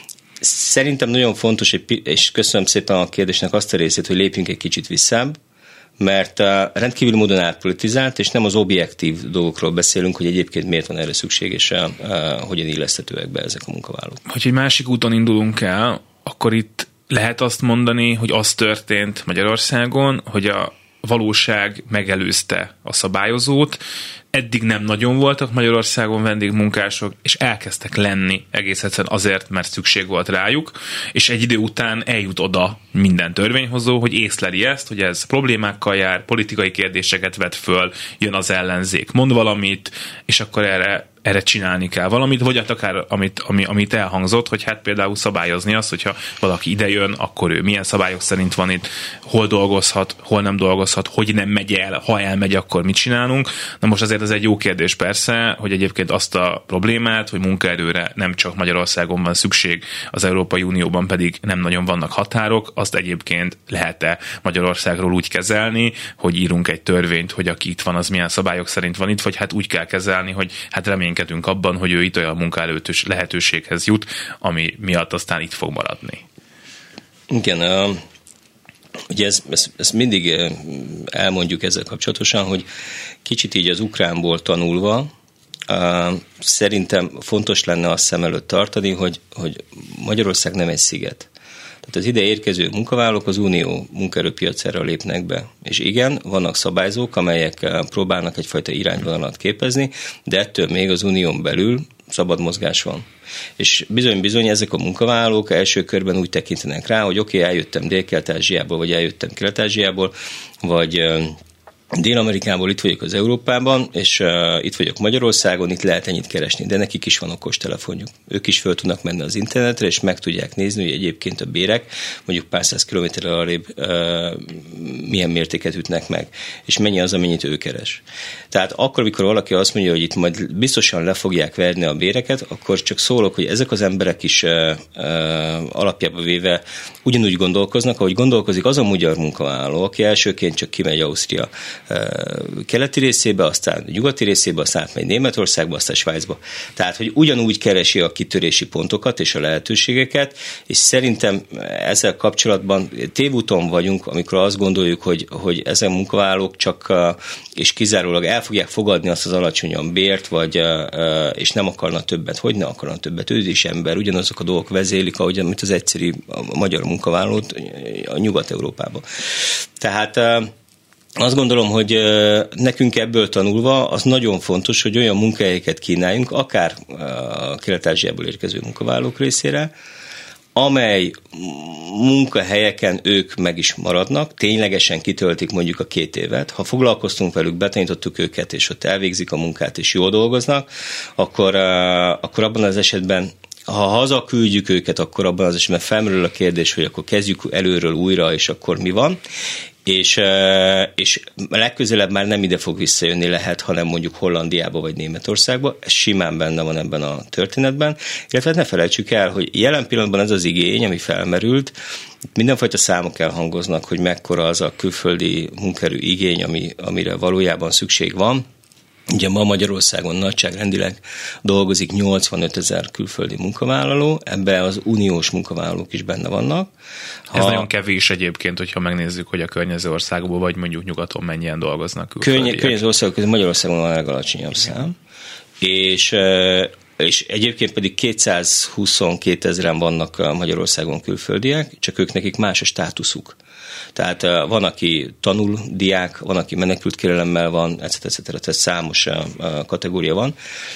Szerintem nagyon fontos, és köszönöm szépen a kérdésnek azt a részét, hogy lépjünk egy kicsit visszább, mert rendkívül módon átpolitizált, és nem az objektív dolgokról beszélünk, hogy egyébként miért van erre szükség, és hogyan illeszthetőek be ezek a munkavállalók. Hogy egy másik úton indulunk el, akkor itt lehet azt mondani, hogy az történt Magyarországon, hogy a valóság megelőzte a szabályozót, eddig nem nagyon voltak Magyarországon vendégmunkások, és elkezdtek lenni egész egyszerűen azért, mert szükség volt rájuk, és egy idő után eljut oda minden törvényhozó, hogy észleli ezt, hogy ez problémákkal jár, politikai kérdéseket vet föl, jön az ellenzék, mond valamit, és akkor erre erre csinálni kell valamit, vagy akár amit, ami, amit elhangzott, hogy hát például szabályozni azt, hogyha valaki idejön, akkor ő milyen szabályok szerint van itt, hol dolgozhat, hol nem dolgozhat, hogy nem megy el, ha elmegy, akkor mit csinálunk. Na most azért ez egy jó kérdés persze, hogy egyébként azt a problémát, hogy munkaerőre nem csak Magyarországon van szükség, az Európai Unióban pedig nem nagyon vannak határok, azt egyébként lehet-e Magyarországról úgy kezelni, hogy írunk egy törvényt, hogy aki itt van, az milyen szabályok szerint van itt, vagy hát úgy kell kezelni, hogy hát reménykedünk abban, hogy ő itt olyan munkaelőtös lehetőséghez jut, ami miatt aztán itt fog maradni. Igen, uh, ugye ezt ez, ez mindig elmondjuk ezzel kapcsolatosan, hogy kicsit így az ukránból tanulva, uh, szerintem fontos lenne azt szem előtt tartani, hogy, hogy Magyarország nem egy sziget. Tehát az ide érkező munkavállalók az unió munkaerőpiacára lépnek be. És igen, vannak szabályzók, amelyek próbálnak egyfajta irányvonalat képezni, de ettől még az unión belül szabad mozgás van. És bizony-bizony ezek a munkavállalók első körben úgy tekintenek rá, hogy oké, okay, eljöttem Dél-Kelet-Ázsiából, vagy eljöttem Kelet-Ázsiából, vagy Dél-Amerikából, itt vagyok az Európában, és uh, itt vagyok Magyarországon, itt lehet ennyit keresni, de nekik is van okostelefonjuk. Ők is föl tudnak menni az internetre, és meg tudják nézni, hogy egyébként a bérek mondjuk pár száz kilométerrel arrébb uh, milyen mértéket ütnek meg, és mennyi az, amennyit ő keres. Tehát akkor, amikor valaki azt mondja, hogy itt majd biztosan le fogják verni a béreket, akkor csak szólok, hogy ezek az emberek is uh, uh, alapjába véve ugyanúgy gondolkoznak, ahogy gondolkozik az a magyar munkavállaló, aki elsőként csak kimegy Ausztria keleti részébe, aztán nyugati részébe, aztán átmegy Németországba, aztán Svájcba. Tehát, hogy ugyanúgy keresi a kitörési pontokat és a lehetőségeket, és szerintem ezzel kapcsolatban tévúton vagyunk, amikor azt gondoljuk, hogy, hogy ezek a munkavállalók csak és kizárólag el fogják fogadni azt az alacsonyan bért, vagy, és nem akarnak többet. Hogy ne akarnak többet? Ő is ember, ugyanazok a dolgok vezélik, ahogy mint az egyszerű magyar munkavállalót a Nyugat-Európában. Tehát azt gondolom, hogy nekünk ebből tanulva az nagyon fontos, hogy olyan munkahelyeket kínáljunk, akár a Kelet-Ázsiából érkező munkavállalók részére, amely munkahelyeken ők meg is maradnak, ténylegesen kitöltik mondjuk a két évet. Ha foglalkoztunk velük, betanítottuk őket, és ott elvégzik a munkát, és jól dolgoznak, akkor, akkor abban az esetben, ha hazaküldjük őket, akkor abban az esetben felmerül a kérdés, hogy akkor kezdjük előről újra, és akkor mi van. És, és legközelebb már nem ide fog visszajönni lehet, hanem mondjuk Hollandiába vagy Németországba. Ez simán benne van ebben a történetben. Illetve ne felejtsük el, hogy jelen pillanatban ez az igény, ami felmerült, mindenfajta számok elhangoznak, hogy mekkora az a külföldi munkaerő igény, ami, amire valójában szükség van. Ugye ma Magyarországon nagyságrendileg dolgozik nyolcvanöt ezer külföldi munkavállaló, ebben az uniós munkavállalók is benne vannak. Ha... Ez nagyon kevés egyébként, hogyha megnézzük, hogy a környező országokból, vagy mondjuk nyugaton mennyien dolgoznak külföldiek. Környező országok között Magyarországon a legalacsonyabb szám. És, és egyébként pedig kétszázhuszonkétezren vannak Magyarországon külföldiek, csak ők nekik más a státuszuk. Tehát van, aki tanul, diák, van, aki menekült kérelemmel van, et cetera, et cetera, tehát számos kategória van.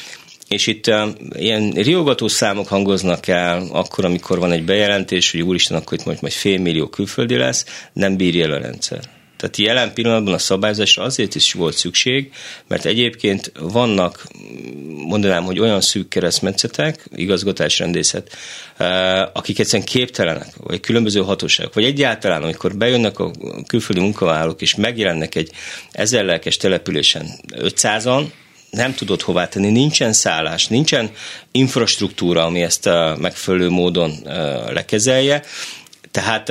És itt ilyen riogató számok hangoznak el, akkor, amikor van egy bejelentés, hogy úristen, akkor itt majd félmillió külföldi lesz, nem bírja el a rendszer. Tehát jelen pillanatban a szabályozásra azért is volt szükség, mert egyébként vannak, mondanám, hogy olyan szűk keresztmetszetek, igazgatásrendészet, akik egyszerűen képtelenek, vagy különböző hatóságok, vagy egyáltalán, amikor bejönnek a külföldi munkavállalók, és megjelennek egy ezer lelkes településen ötszázan, nem tudod hová tenni, nincsen szállás, nincsen infrastruktúra, ami ezt megfelelő módon lekezelje. Tehát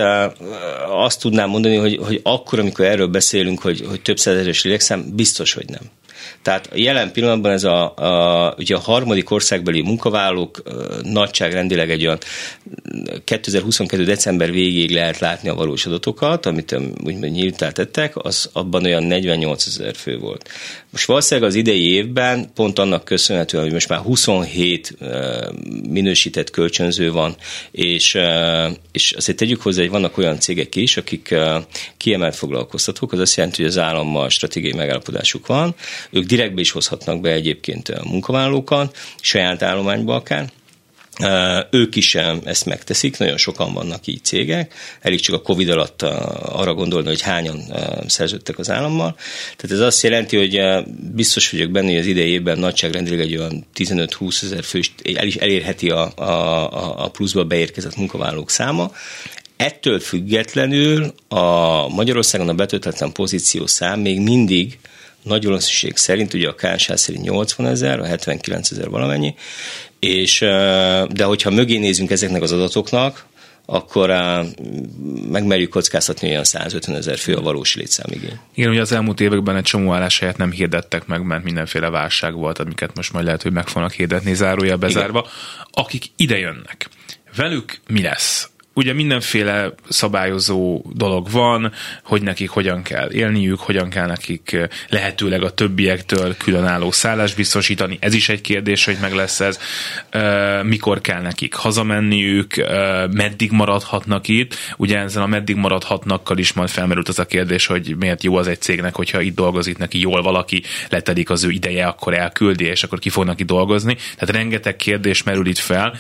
azt tudnám mondani, hogy, hogy akkor, amikor erről beszélünk, hogy, hogy több százezeres lélekszám, biztos, hogy nem. Tehát jelen pillanatban ez a, a, ugye a harmadik országbeli munkavállalók nagyságrendileg egy olyan kétezer-huszonkettő. december végéig lehet látni a valós adatokat, amit úgymond nyíltá tettek, az abban olyan negyvennyolcezer fő volt. Most valószínűleg az idei évben pont annak köszönhetően, hogy most már huszonhét minősített kölcsönző van, és, és azért tegyük hozzá, hogy vannak olyan cégek is, akik kiemelt foglalkoztatók, az azt jelenti, hogy az állammal stratégiai megállapodásuk van, ők direktbe is hozhatnak be egyébként a munkavállalókat, saját állományba akár. Ők is ezt megteszik, nagyon sokan vannak így cégek, elég csak a Covid alatt arra gondolni, hogy hányan szerződtek az állammal. Tehát ez azt jelenti, hogy biztos vagyok benne, hogy az idei évben nagyságrendileg egy olyan tizenöt-húsz ezer fő el is elérheti a, a, a pluszba beérkezett munkavállalók száma. Ettől függetlenül a Magyarországon a betöltetlen pozíció szám még mindig nagy valószínűség szerint, ugye a ká es há szerint nyolcvan ezer, a hetvenkilenc ezer valamennyi, és, de hogyha mögé nézünk ezeknek az adatoknak, akkor megmerjük kockáztatni, olyan százötven ezer fő a valós létszámigény. Igen, ugye az elmúlt években egy csomó álláshelyet nem hirdettek meg, mert mindenféle válság volt, amiket most majd lehet, hogy meg fognak hirdetni, zárójel bezárva. Igen. Akik ide jönnek, velük mi lesz? Ugye mindenféle szabályozó dolog van, hogy nekik hogyan kell élniük, hogyan kell nekik lehetőleg a többiektől különálló szállást biztosítani. Ez is egy kérdés, hogy meg lesz ez. Mikor kell nekik hazamenniük, meddig maradhatnak itt. Ugye ezen a meddig maradhatnakkal is majd felmerült az a kérdés, hogy miért jó az egy cégnek, hogyha itt dolgozik neki jól valaki, letelik az ő ideje, akkor elküldi, és akkor ki fognak itt dolgozni. Tehát rengeteg kérdés merül itt fel.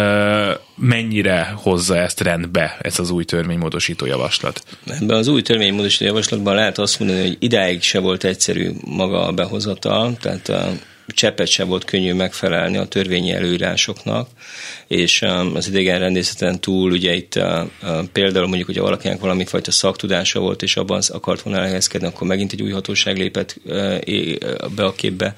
Mennyire hozza ezt rendbe, ez az új törvénymódosító javaslat? Ebben az új törvénymódosító javaslatban lehet azt mondani, hogy idáig se volt egyszerű maga a behozatal, tehát cseppet sem volt könnyű megfelelni a törvényi előírásoknak, és az idegenrendészeten túl, ugye itt például mondjuk, hogyha valakinek valami fajta szaktudása volt, és abban akart volna elhelyezkedni, akkor megint egy új hatóság lépett be a képbe.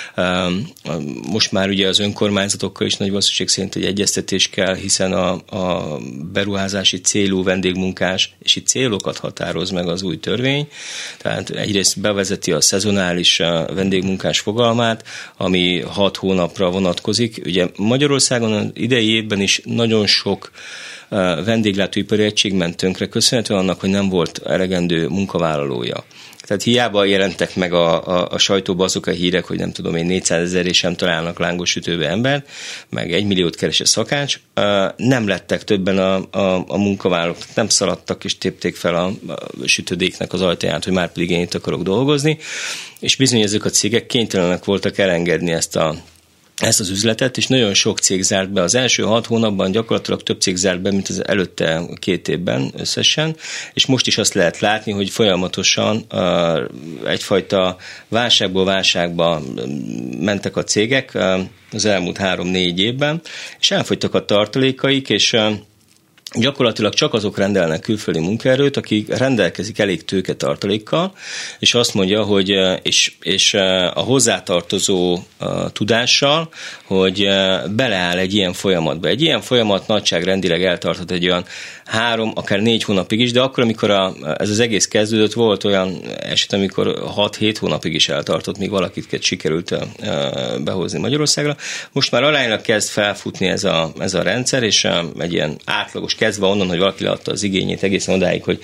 Most már ugye az önkormányzatokkal is nagy valószínűség szerint egy egyeztetés kell, hiszen a, a beruházási célú vendégmunkás, és itt célokat határoz meg az új törvény, tehát egyrészt bevezeti a szezonális vendégmunkás fogalmát, ami hat hónapra vonatkozik. Ugye Magyarországon az idei évben is nagyon sok vendéglátóipari egység ment tönkre, köszönhetően annak, hogy nem volt elegendő munkavállalója. Tehát hiába jelentek meg a, a, a sajtóba azok a hírek, hogy nem tudom én négyszázezer és sem találnak lángos sütőbe embert, meg egy milliót keres a szakács, nem lettek többen a, a, a munkavállalók, nem szaladtak és tépték fel a, a sütődéknek az ajtaját, hogy már pedig én itt akarok dolgozni, és bizony ezek a cégek kénytelenek voltak elengedni ezt a ezt az üzletet, és nagyon sok cég zárt be. Az első hat hónapban gyakorlatilag több cég zárt be, mint az előtte két évben összesen, és most is azt lehet látni, hogy folyamatosan uh, egyfajta válságból válságba mentek a cégek uh, az elmúlt három-négy évben, és elfogytak a tartalékaik, és uh, gyakorlatilag csak azok rendelnek külföldi munkaerőt, akik rendelkezik elég tőketartalékkal, és azt mondja, hogy és, és a hozzátartozó tudással, hogy beleáll egy ilyen folyamatba. Egy ilyen folyamat nagyságrendileg eltarthat egy olyan három, akár négy hónapig is, de akkor, amikor a, ez az egész kezdődött, volt olyan eset, amikor hat-hét hónapig is eltartott, míg valakit sikerült behozni Magyarországra. Most már aránylag kezd felfutni ez a, ez a rendszer, és egy ilyen átlagos, kezdve onnan, hogy valaki leadta az igényét egészen odáig, hogy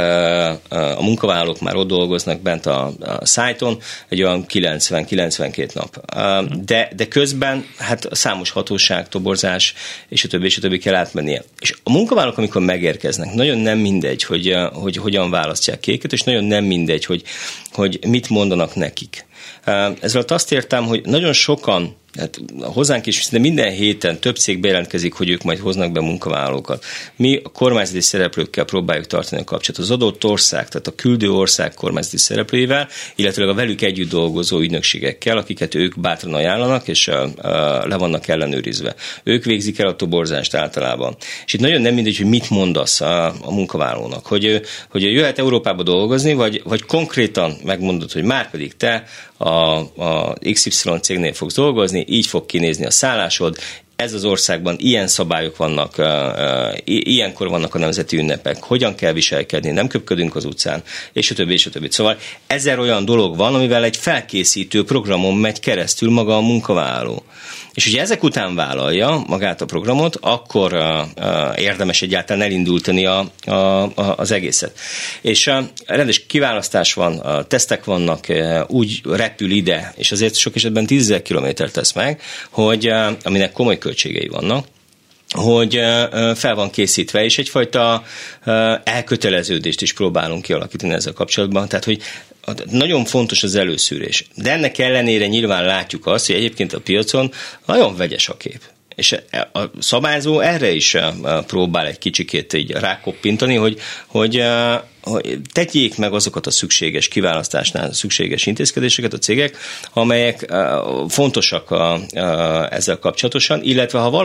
a munkavállalók már ott dolgoznak bent a, a szájton, egy olyan kilencven-kilencvenkét nap. De, de közben hát számos hatóság, toborzás, és a többi, és a többi kell átmennie. És a munkavállalók, amikor megérkeznek, nagyon nem mindegy, hogy, hogy hogyan választják ki őket, és nagyon nem mindegy, hogy, hogy mit mondanak nekik. Ezzel azt értem, hogy nagyon sokan, hát hozzánk is, de minden héten több cég bejelentkezik, hogy ők majd hoznak be munkavállalókat. Mi a kormányzati szereplőkkel próbáljuk tartani a kapcsolatot. Az adott ország, tehát a küldő ország kormányzati szereplőivel, illetve a velük együtt dolgozó ügynökségekkel, akiket ők bátran ajánlanak, és le vannak ellenőrizve. Ők végzik el a toborzást általában. És itt nagyon nem mindegy, hogy mit mondasz a, a munkavállalónak. Hogy, hogy jöhet Európába dolgozni, vagy, vagy konkrétan megmondod, hogy már pedig te a, a iksz ipszilon cégnél fogsz dolgozni, így fog kinézni a szállásod, ez az országban ilyen szabályok vannak, ilyenkor vannak a nemzeti ünnepek, hogyan kell viselkedni, nem köpködünk az utcán, és a többi, és a többi. Szóval ezer olyan dolog van, amivel egy felkészítő programon megy keresztül maga a munkavállaló. És hogyha ezek után vállalja magát a programot, akkor uh, uh, érdemes egyáltalán elindultani a, a, a, az egészet. És uh, rendes kiválasztás van, uh, tesztek vannak, uh, úgy repül ide, és azért sok esetben tízezer kilométert tesz meg, hogy uh, aminek komoly költségei vannak, hogy fel van készítve, és egyfajta elköteleződést is próbálunk kialakítani ezzel kapcsolatban. Tehát, hogy nagyon fontos az előszűrés. De ennek ellenére nyilván látjuk azt, hogy egyébként a piacon nagyon vegyes a kép. És a szabályzó erre is próbál egy kicsikét így rákoppintani, hogy, hogy, hogy tegyék meg azokat a szükséges kiválasztásnál szükséges intézkedéseket a cégek, amelyek fontosak a, a, ezzel kapcsolatosan, illetve ha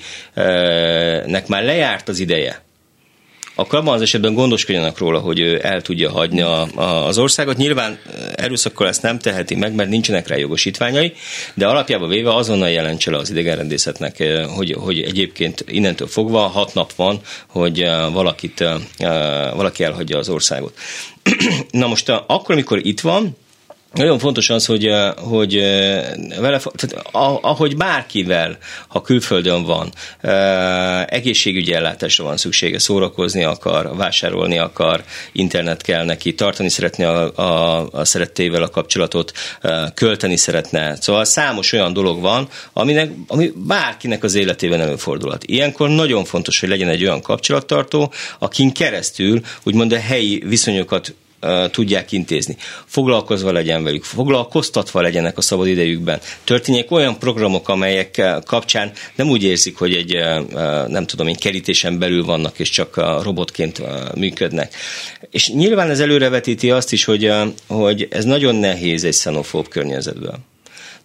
valakinek már lejárt az ideje, akkor abban az esetben gondoskodjanak róla, hogy ő el tudja hagyni a, a, az országot. Nyilván erőszakkal ezt nem teheti meg, mert nincsenek rá jogosítványai, de alapjában véve azonnal jelentse le az idegenrendészetnek, hogy, hogy egyébként innentől fogva hat nap van, hogy valakit, valaki elhagyja az országot. Na most akkor, amikor itt van, nagyon fontos az, hogy, hogy vele, tehát ahogy bárkivel, ha külföldön van, egészségügyi ellátásra van szüksége, szórakozni akar, vásárolni akar, internet kell neki, tartani szeretné a, a, a szerettével a kapcsolatot, költeni szeretne. Szóval számos olyan dolog van, aminek, ami bárkinek az életében előfordulhat. Ilyenkor nagyon fontos, hogy legyen egy olyan kapcsolattartó, akin keresztül úgymond a helyi viszonyokat tudják intézni. Foglalkozva legyen velük, foglalkoztatva legyenek a szabad idejükben. Történjék olyan programok, amelyek kapcsán nem úgy érzik, hogy egy, nem tudom én, kerítésen belül vannak, és csak robotként működnek. És nyilván ez előrevetíti azt is, hogy, hogy ez nagyon nehéz egy xenofób környezetben.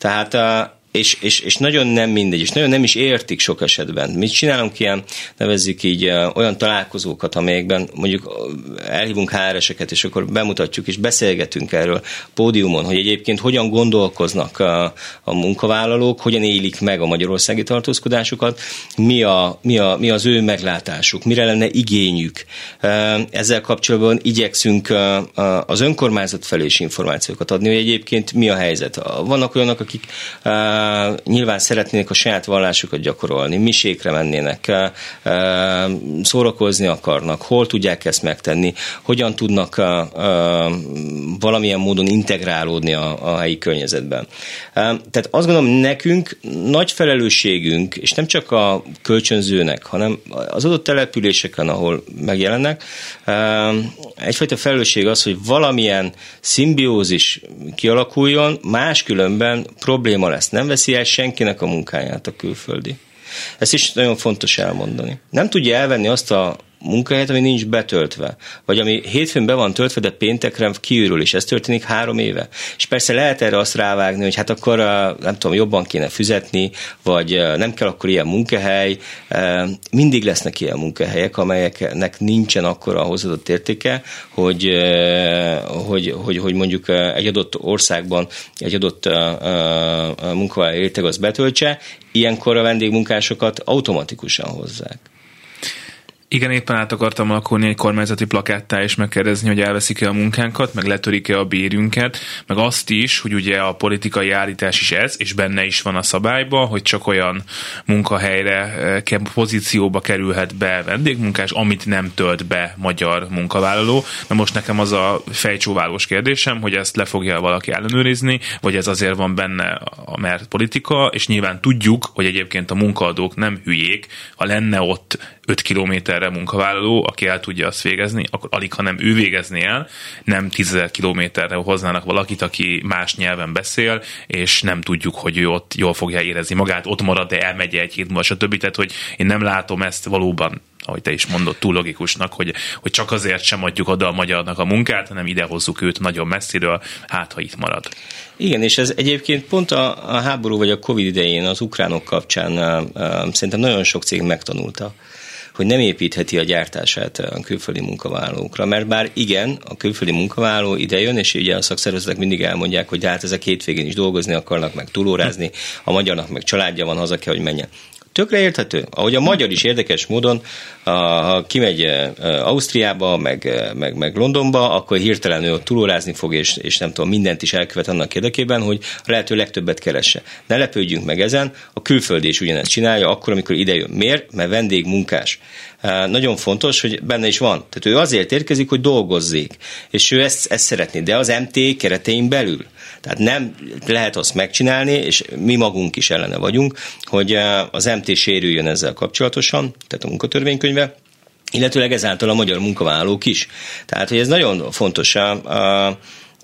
Tehát És, és, és nagyon nem mindegy, és nagyon nem is értik sok esetben. Mi csinálunk ilyen, nevezzük így olyan találkozókat, amelyekben mondjuk elhívunk há er eseket, és akkor bemutatjuk, és beszélgetünk erről pódiumon, hogy egyébként hogyan gondolkoznak a, a munkavállalók, hogyan élik meg a magyarországi tartózkodásukat, mi, a, mi, a, mi az ő meglátásuk, mire lenne igényük. Ezzel kapcsolatban igyekszünk az önkormányzat felé is információkat adni, hogy egyébként mi a helyzet. Vannak olyanok, akik Uh, nyilván szeretnének a saját vallásukat gyakorolni, misékre mennének, uh, uh, szórakozni akarnak, hol tudják ezt megtenni, hogyan tudnak uh, uh, valamilyen módon integrálódni a, a helyi környezetben. Uh, tehát azt gondolom, nekünk nagy felelősségünk, és nem csak a kölcsönzőnek, hanem az adott településeken, ahol megjelennek, uh, egyfajta felelősség az, hogy valamilyen szimbiózis kialakuljon, máskülönben probléma lesz. Nem veszi el senkinek a munkáját a külföldi. Ezt is nagyon fontos elmondani. Nem tudja elvenni azt a munkahelyet, ami nincs betöltve, vagy ami hétfőn be van töltve, de péntekre kiürül, és ez történik három éve. És persze lehet erre azt rávágni, hogy hát akkor nem tudom, jobban kéne fizetni, vagy nem kell akkor ilyen munkahely. Mindig lesznek ilyen munkahelyek, amelyeknek nincsen akkora hozzáadott értéke, hogy, hogy, hogy, hogy mondjuk egy adott országban egy adott munkavállalói réteg azt betöltse, ilyenkor a vendégmunkásokat automatikusan hozzák. Igen, éppen át akartam alakulni egy kormányzati plakáttá és megkérdezni, hogy elveszik-e a munkánkat, meg letörik-e a bérünket, meg azt is, hogy ugye a politikai állítás is ez, és benne is van a szabályban, hogy csak olyan munkahelyre, pozícióba kerülhet be vendégmunkás, amit nem tölt be magyar munkavállaló. Na most nekem az a fejcsóválós kérdésem, hogy ezt le fogja valaki ellenőrizni, vagy ez azért van benne, mert politika, és nyilván tudjuk, hogy egyébként a munkaadók nem hülyék, ha lenne ott öt kilométerre munkavállaló, aki el tudja azt végezni, akkor alig, ha nem ő végezni el, nem tízezer kilométerre hoznának valakit, aki más nyelven beszél, és nem tudjuk, hogy ő ott jól fogja érezni magát, ott marad, de elmegy egy hét múlva, stb. Tehát, hogy én nem látom ezt valóban, ahogy te is mondod, túl logikusnak, hogy, hogy csak azért sem adjuk oda a magyarnak a munkát, hanem ide hozzuk őt nagyon messziről, hát ha itt marad. Igen, és ez egyébként pont a, a háború vagy a Covid idején az ukránok kapcsán uh, uh, szerintem nagyon sok cég megtanulta, hogy nem építheti a gyártását a külföldi munkavállalókra, mert bár igen, a külföldi munkavállaló idejön, és ugye a szakszervezetek mindig elmondják, hogy de hát ezek hétvégén is dolgozni akarnak, meg túlórázni, a magyarnak meg családja van, haza kell, hogy menjen. Tökre érthető. Ahogy a magyar is érdekes módon, ha kimegy Ausztriába, meg, meg, meg Londonba, akkor hirtelen ő ott túlórázni fog, és, és nem tudom, mindent is elkövet annak érdekében, hogy a lehető legtöbbet keresse. Ne lepődjünk meg ezen, a külföldi is ugyanezt csinálja, akkor, amikor idejön. Miért? Mert vendégmunkás. Nagyon fontos, hogy benne is van. Tehát ő azért érkezik, hogy dolgozzék, és ő ezt, ezt szeretné, de az em té keretein belül. Tehát nem lehet azt megcsinálni, és mi magunk is ellene vagyunk, hogy az em té sérüljön ezzel kapcsolatosan, tehát a munkatörvénykönyve, illetőleg ezáltal a magyar munkavállalók is. Tehát, hogy ez nagyon fontos. A, a,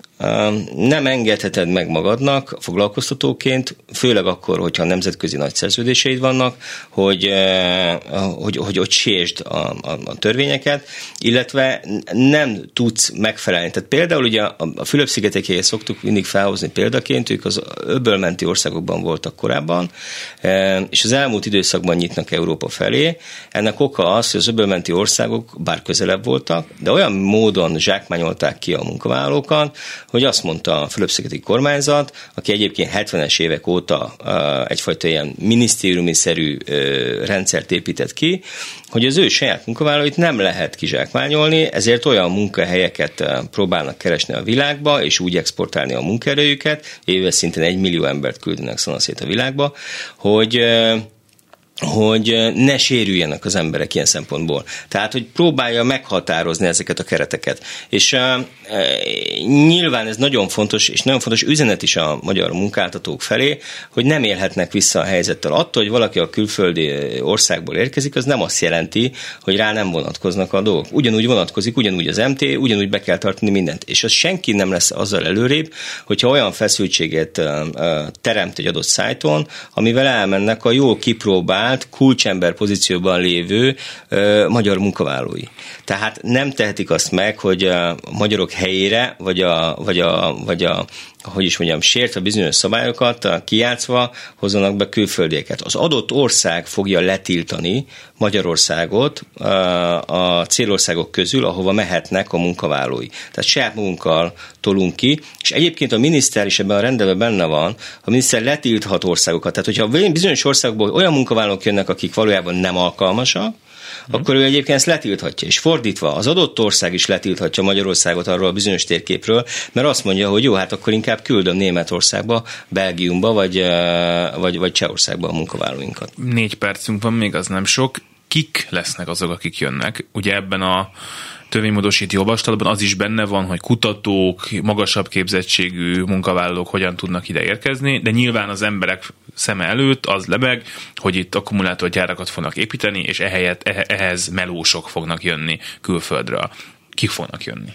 nem engedheted meg magadnak foglalkoztatóként, főleg akkor, hogyha nemzetközi nagy szerződéseid vannak, hogy, hogy, hogy, hogy sértsd a, a, a törvényeket, illetve nem tudsz megfelelni. Tehát például ugye a, a Fülöp-szigetekéhez szoktuk mindig felhozni példaként, ők az öbölmenti országokban voltak korábban, és az elmúlt időszakban nyitnak Európa felé. Ennek oka az, hogy az öbölmenti országok bár közelebb voltak, de olyan módon zsákmányolták ki a munkavállalókat, hogy azt mondta a Fülöp-szigeti kormányzat, aki egyébként hetvenes évek óta uh, egyfajta ilyen minisztériumi-szerű uh, rendszert épített ki, hogy az ő saját munkavállalóit nem lehet kizsákmányolni, ezért olyan munkahelyeket uh, próbálnak keresni a világba, és úgy exportálni a munkaerőjüket, éves szinten egy millió embert küldenek szanaszét a világba, hogy uh, hogy ne sérüljenek az emberek ilyen szempontból. Tehát, hogy próbálja meghatározni ezeket a kereteket. És uh, uh, nyilván ez nagyon fontos, és nagyon fontos üzenet is a magyar munkáltatók felé, hogy nem élhetnek vissza a helyzettel. Attól, hogy valaki a külföldi országból érkezik, az nem azt jelenti, hogy rá nem vonatkoznak a dolgok. Ugyanúgy vonatkozik, ugyanúgy az em té, ugyanúgy be kell tartani mindent. És az senki nem lesz azzal előrébb, hogyha olyan feszültséget uh, teremt egy adott szájton, amivel elmennek a jól kipróbált, vált, kulcsember pozícióban lévő ö, magyar munkavállalói. Tehát nem tehetik azt meg, hogy a magyarok helyére, vagy a, vagy a, vagy a hogy is mondjam, sértve bizonyos szabályokat, kijátszva hozzanak be külföldieket. Az adott ország fogja letiltani Magyarországot a célországok közül, ahova mehetnek a munkavállalói. Tehát saját magunkkal tolunk ki, és egyébként a miniszter is ebben a rendelben benne van, a miniszter letilthat országokat. Tehát, hogyha bizonyos országokból olyan munkavállalók jönnek, akik valójában nem alkalmasak, akkor ő egyébként ezt letilthatja. És fordítva, az adott ország is letilthatja Magyarországot arról a bizonyos térképről, mert azt mondja, hogy jó, hát akkor inkább küldöm Németországba, Belgiumba, vagy, vagy, vagy Csehországba a munkavállalóinkat. Négy percünk van, még az nem sok. Kik lesznek azok, akik jönnek? Ugye ebben a törvénymódosító javaslatban az is benne van, hogy kutatók, magasabb képzettségű munkavállalók hogyan tudnak ide érkezni, de nyilván az emberek szeme előtt az lebeg, hogy itt akkumulátorgyárakat fognak építeni, és ehelyett, ehhez melósok fognak jönni külföldről. Kik fognak jönni?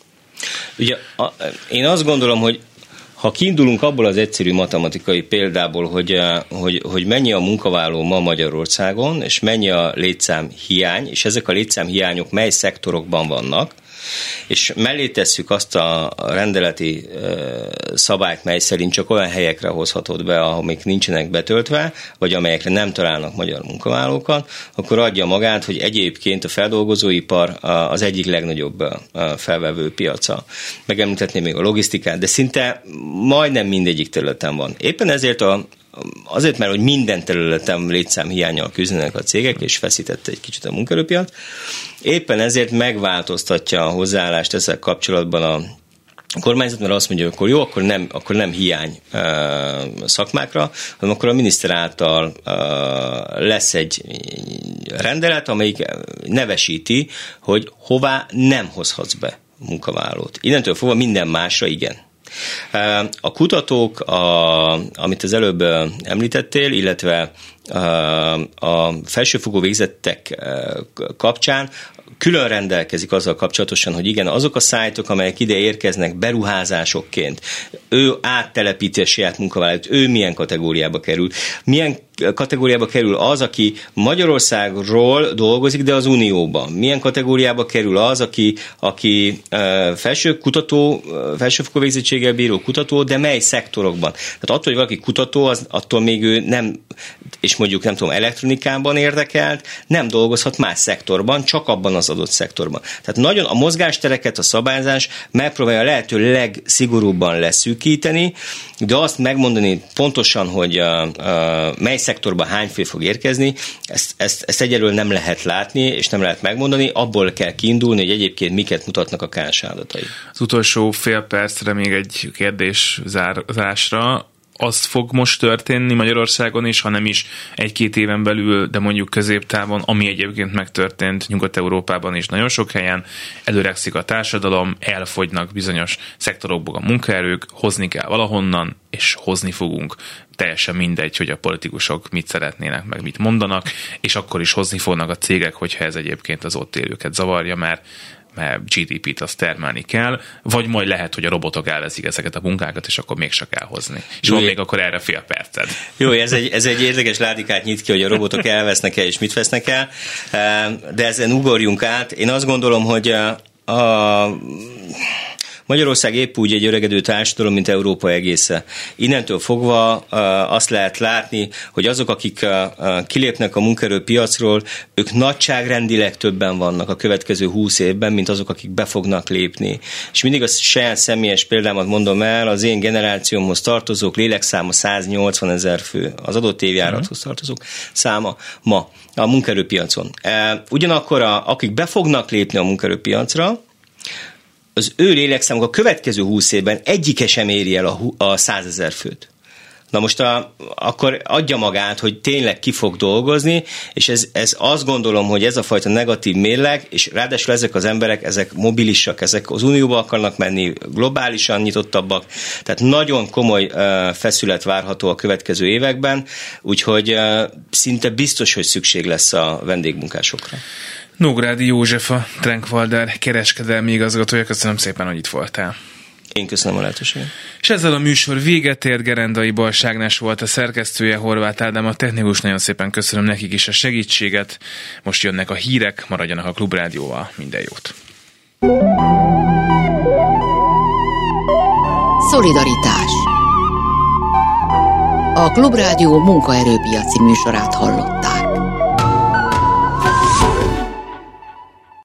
Ugye a, én azt gondolom, hogy ha kiindulunk abból az egyszerű matematikai példából, hogy, hogy, hogy mennyi a munkavállaló ma Magyarországon, és mennyi a létszám hiány, és ezek a létszám hiányok mely szektorokban vannak, és mellé tesszük azt a rendeleti szabályt, mely szerint csak olyan helyekre hozhatod be, amik nincsenek betöltve, vagy amelyekre nem találnak magyar munkavállalókat, akkor adja magát, hogy egyébként a feldolgozóipar az egyik legnagyobb felvevő piaca. Megemlíthetném még a logisztikát, de szinte majdnem mindegyik területen van. Éppen ezért a Azért, mert hogy minden területen létszámhiánnyal küzdenek a cégek, és feszítette egy kicsit a munkaerőpiac. Éppen ezért megváltoztatja a hozzáállást ezzel kapcsolatban a kormányzat, mert azt mondja, hogy akkor jó, akkor nem, akkor nem hiány uh, szakmákra, hanem akkor a miniszter által uh, lesz egy rendelet, amelyik nevesíti, hogy hová nem hozhatsz be munkavállalót. Innentől fogva minden másra igen. A kutatók, a, amit az előbb említettél, illetve a felsőfokú végzettek kapcsán külön rendelkezik azzal kapcsolatosan, hogy igen, azok a szájtok, amelyek ide érkeznek beruházásokként, ő áttelepíti a saját munkavállalót, ő milyen kategóriába kerül. Milyen kategóriába kerül az, aki Magyarországról dolgozik, de az Unióban? Milyen kategóriába kerül az, aki, aki felső kutató, felsőfokú végzettséggel bíró kutató, de mely szektorokban? Tehát attól, hogy valaki kutató, az, attól még ő nem, és mondjuk nem tudom, elektronikában érdekelt, nem dolgozhat más szektorban, csak abban az adott szektorban. Tehát nagyon a mozgástereket a szabályzás megpróbálja lehető legszigorúbban leszűkíteni, de azt megmondani pontosan, hogy a, a, mely szektorban hány fő fog érkezni, ezt, ezt, ezt egyelőre nem lehet látni, és nem lehet megmondani, abból kell kiindulni, hogy egyébként miket mutatnak a ká es adatai. Az utolsó fél percre még egy kérdés zárásra. Az fog most történni Magyarországon is, ha nem is egy-két éven belül, de mondjuk középtávon, ami egyébként megtörtént Nyugat-Európában is nagyon sok helyen, előregszik a társadalom, elfogynak bizonyos szektorokból a munkaerők, hozni kell valahonnan, és hozni fogunk. Teljesen mindegy, hogy a politikusok mit szeretnének, meg mit mondanak, és akkor is hozni fognak a cégek, hogyha ez egyébként az ott élőket zavarja, mert mert gé dé pét azt termelni kell, vagy majd lehet, hogy a robotok elveszik ezeket a munkákat, és akkor mégsem kell hozni. És jó, van még akkor erre fél perced. Jó, ez egy, ez egy érdekes ládikát nyit ki, hogy a robotok elvesznek el, és mit vesznek el, de ezen ugorjunk át. Én azt gondolom, hogy a Magyarország épp úgy egy öregedő társadalom, mint Európa egésze. Innentől fogva azt lehet látni, hogy azok, akik kilépnek a munkaerőpiacról, ők nagyságrendileg többen vannak a következő húsz évben, mint azok, akik be fognak lépni. És mindig a saját személyes példámat mondom el, az én generációmhoz tartozók lélekszáma száznyolcvan ezer fő, az adott évjárathoz tartozók száma ma a munkaerőpiacon. Ugyanakkor a, akik be fognak lépni a munkaerőpiacra, az ő lélekszámuk a következő húsz évben egyike sem éri el a, a százezer főt. Na most a, akkor adja magát, hogy tényleg ki fog dolgozni, és ez, ez azt gondolom, hogy ez a fajta negatív mérleg, és ráadásul ezek az emberek, ezek mobilisak, ezek az Unióba akarnak menni, globálisan nyitottabbak, tehát nagyon komoly uh, feszület várható a következő években, úgyhogy uh, szinte biztos, hogy szükség lesz a vendégmunkásokra. Nógrádi József, a Trenkwalder kereskedelmi igazgatója. Köszönöm szépen, hogy itt voltál. Én köszönöm a lehetőséget. És ezzel a műsor véget ért. Gerendai Balázs Ágnes volt a szerkesztője, Horváth Ádám a technikus. Nagyon szépen köszönöm nekik is a segítséget. Most jönnek a hírek, maradjanak a Klubrádióval. Minden jót! Szolidaritás. A Klubrádió munkaerőpiaci műsorát hallott.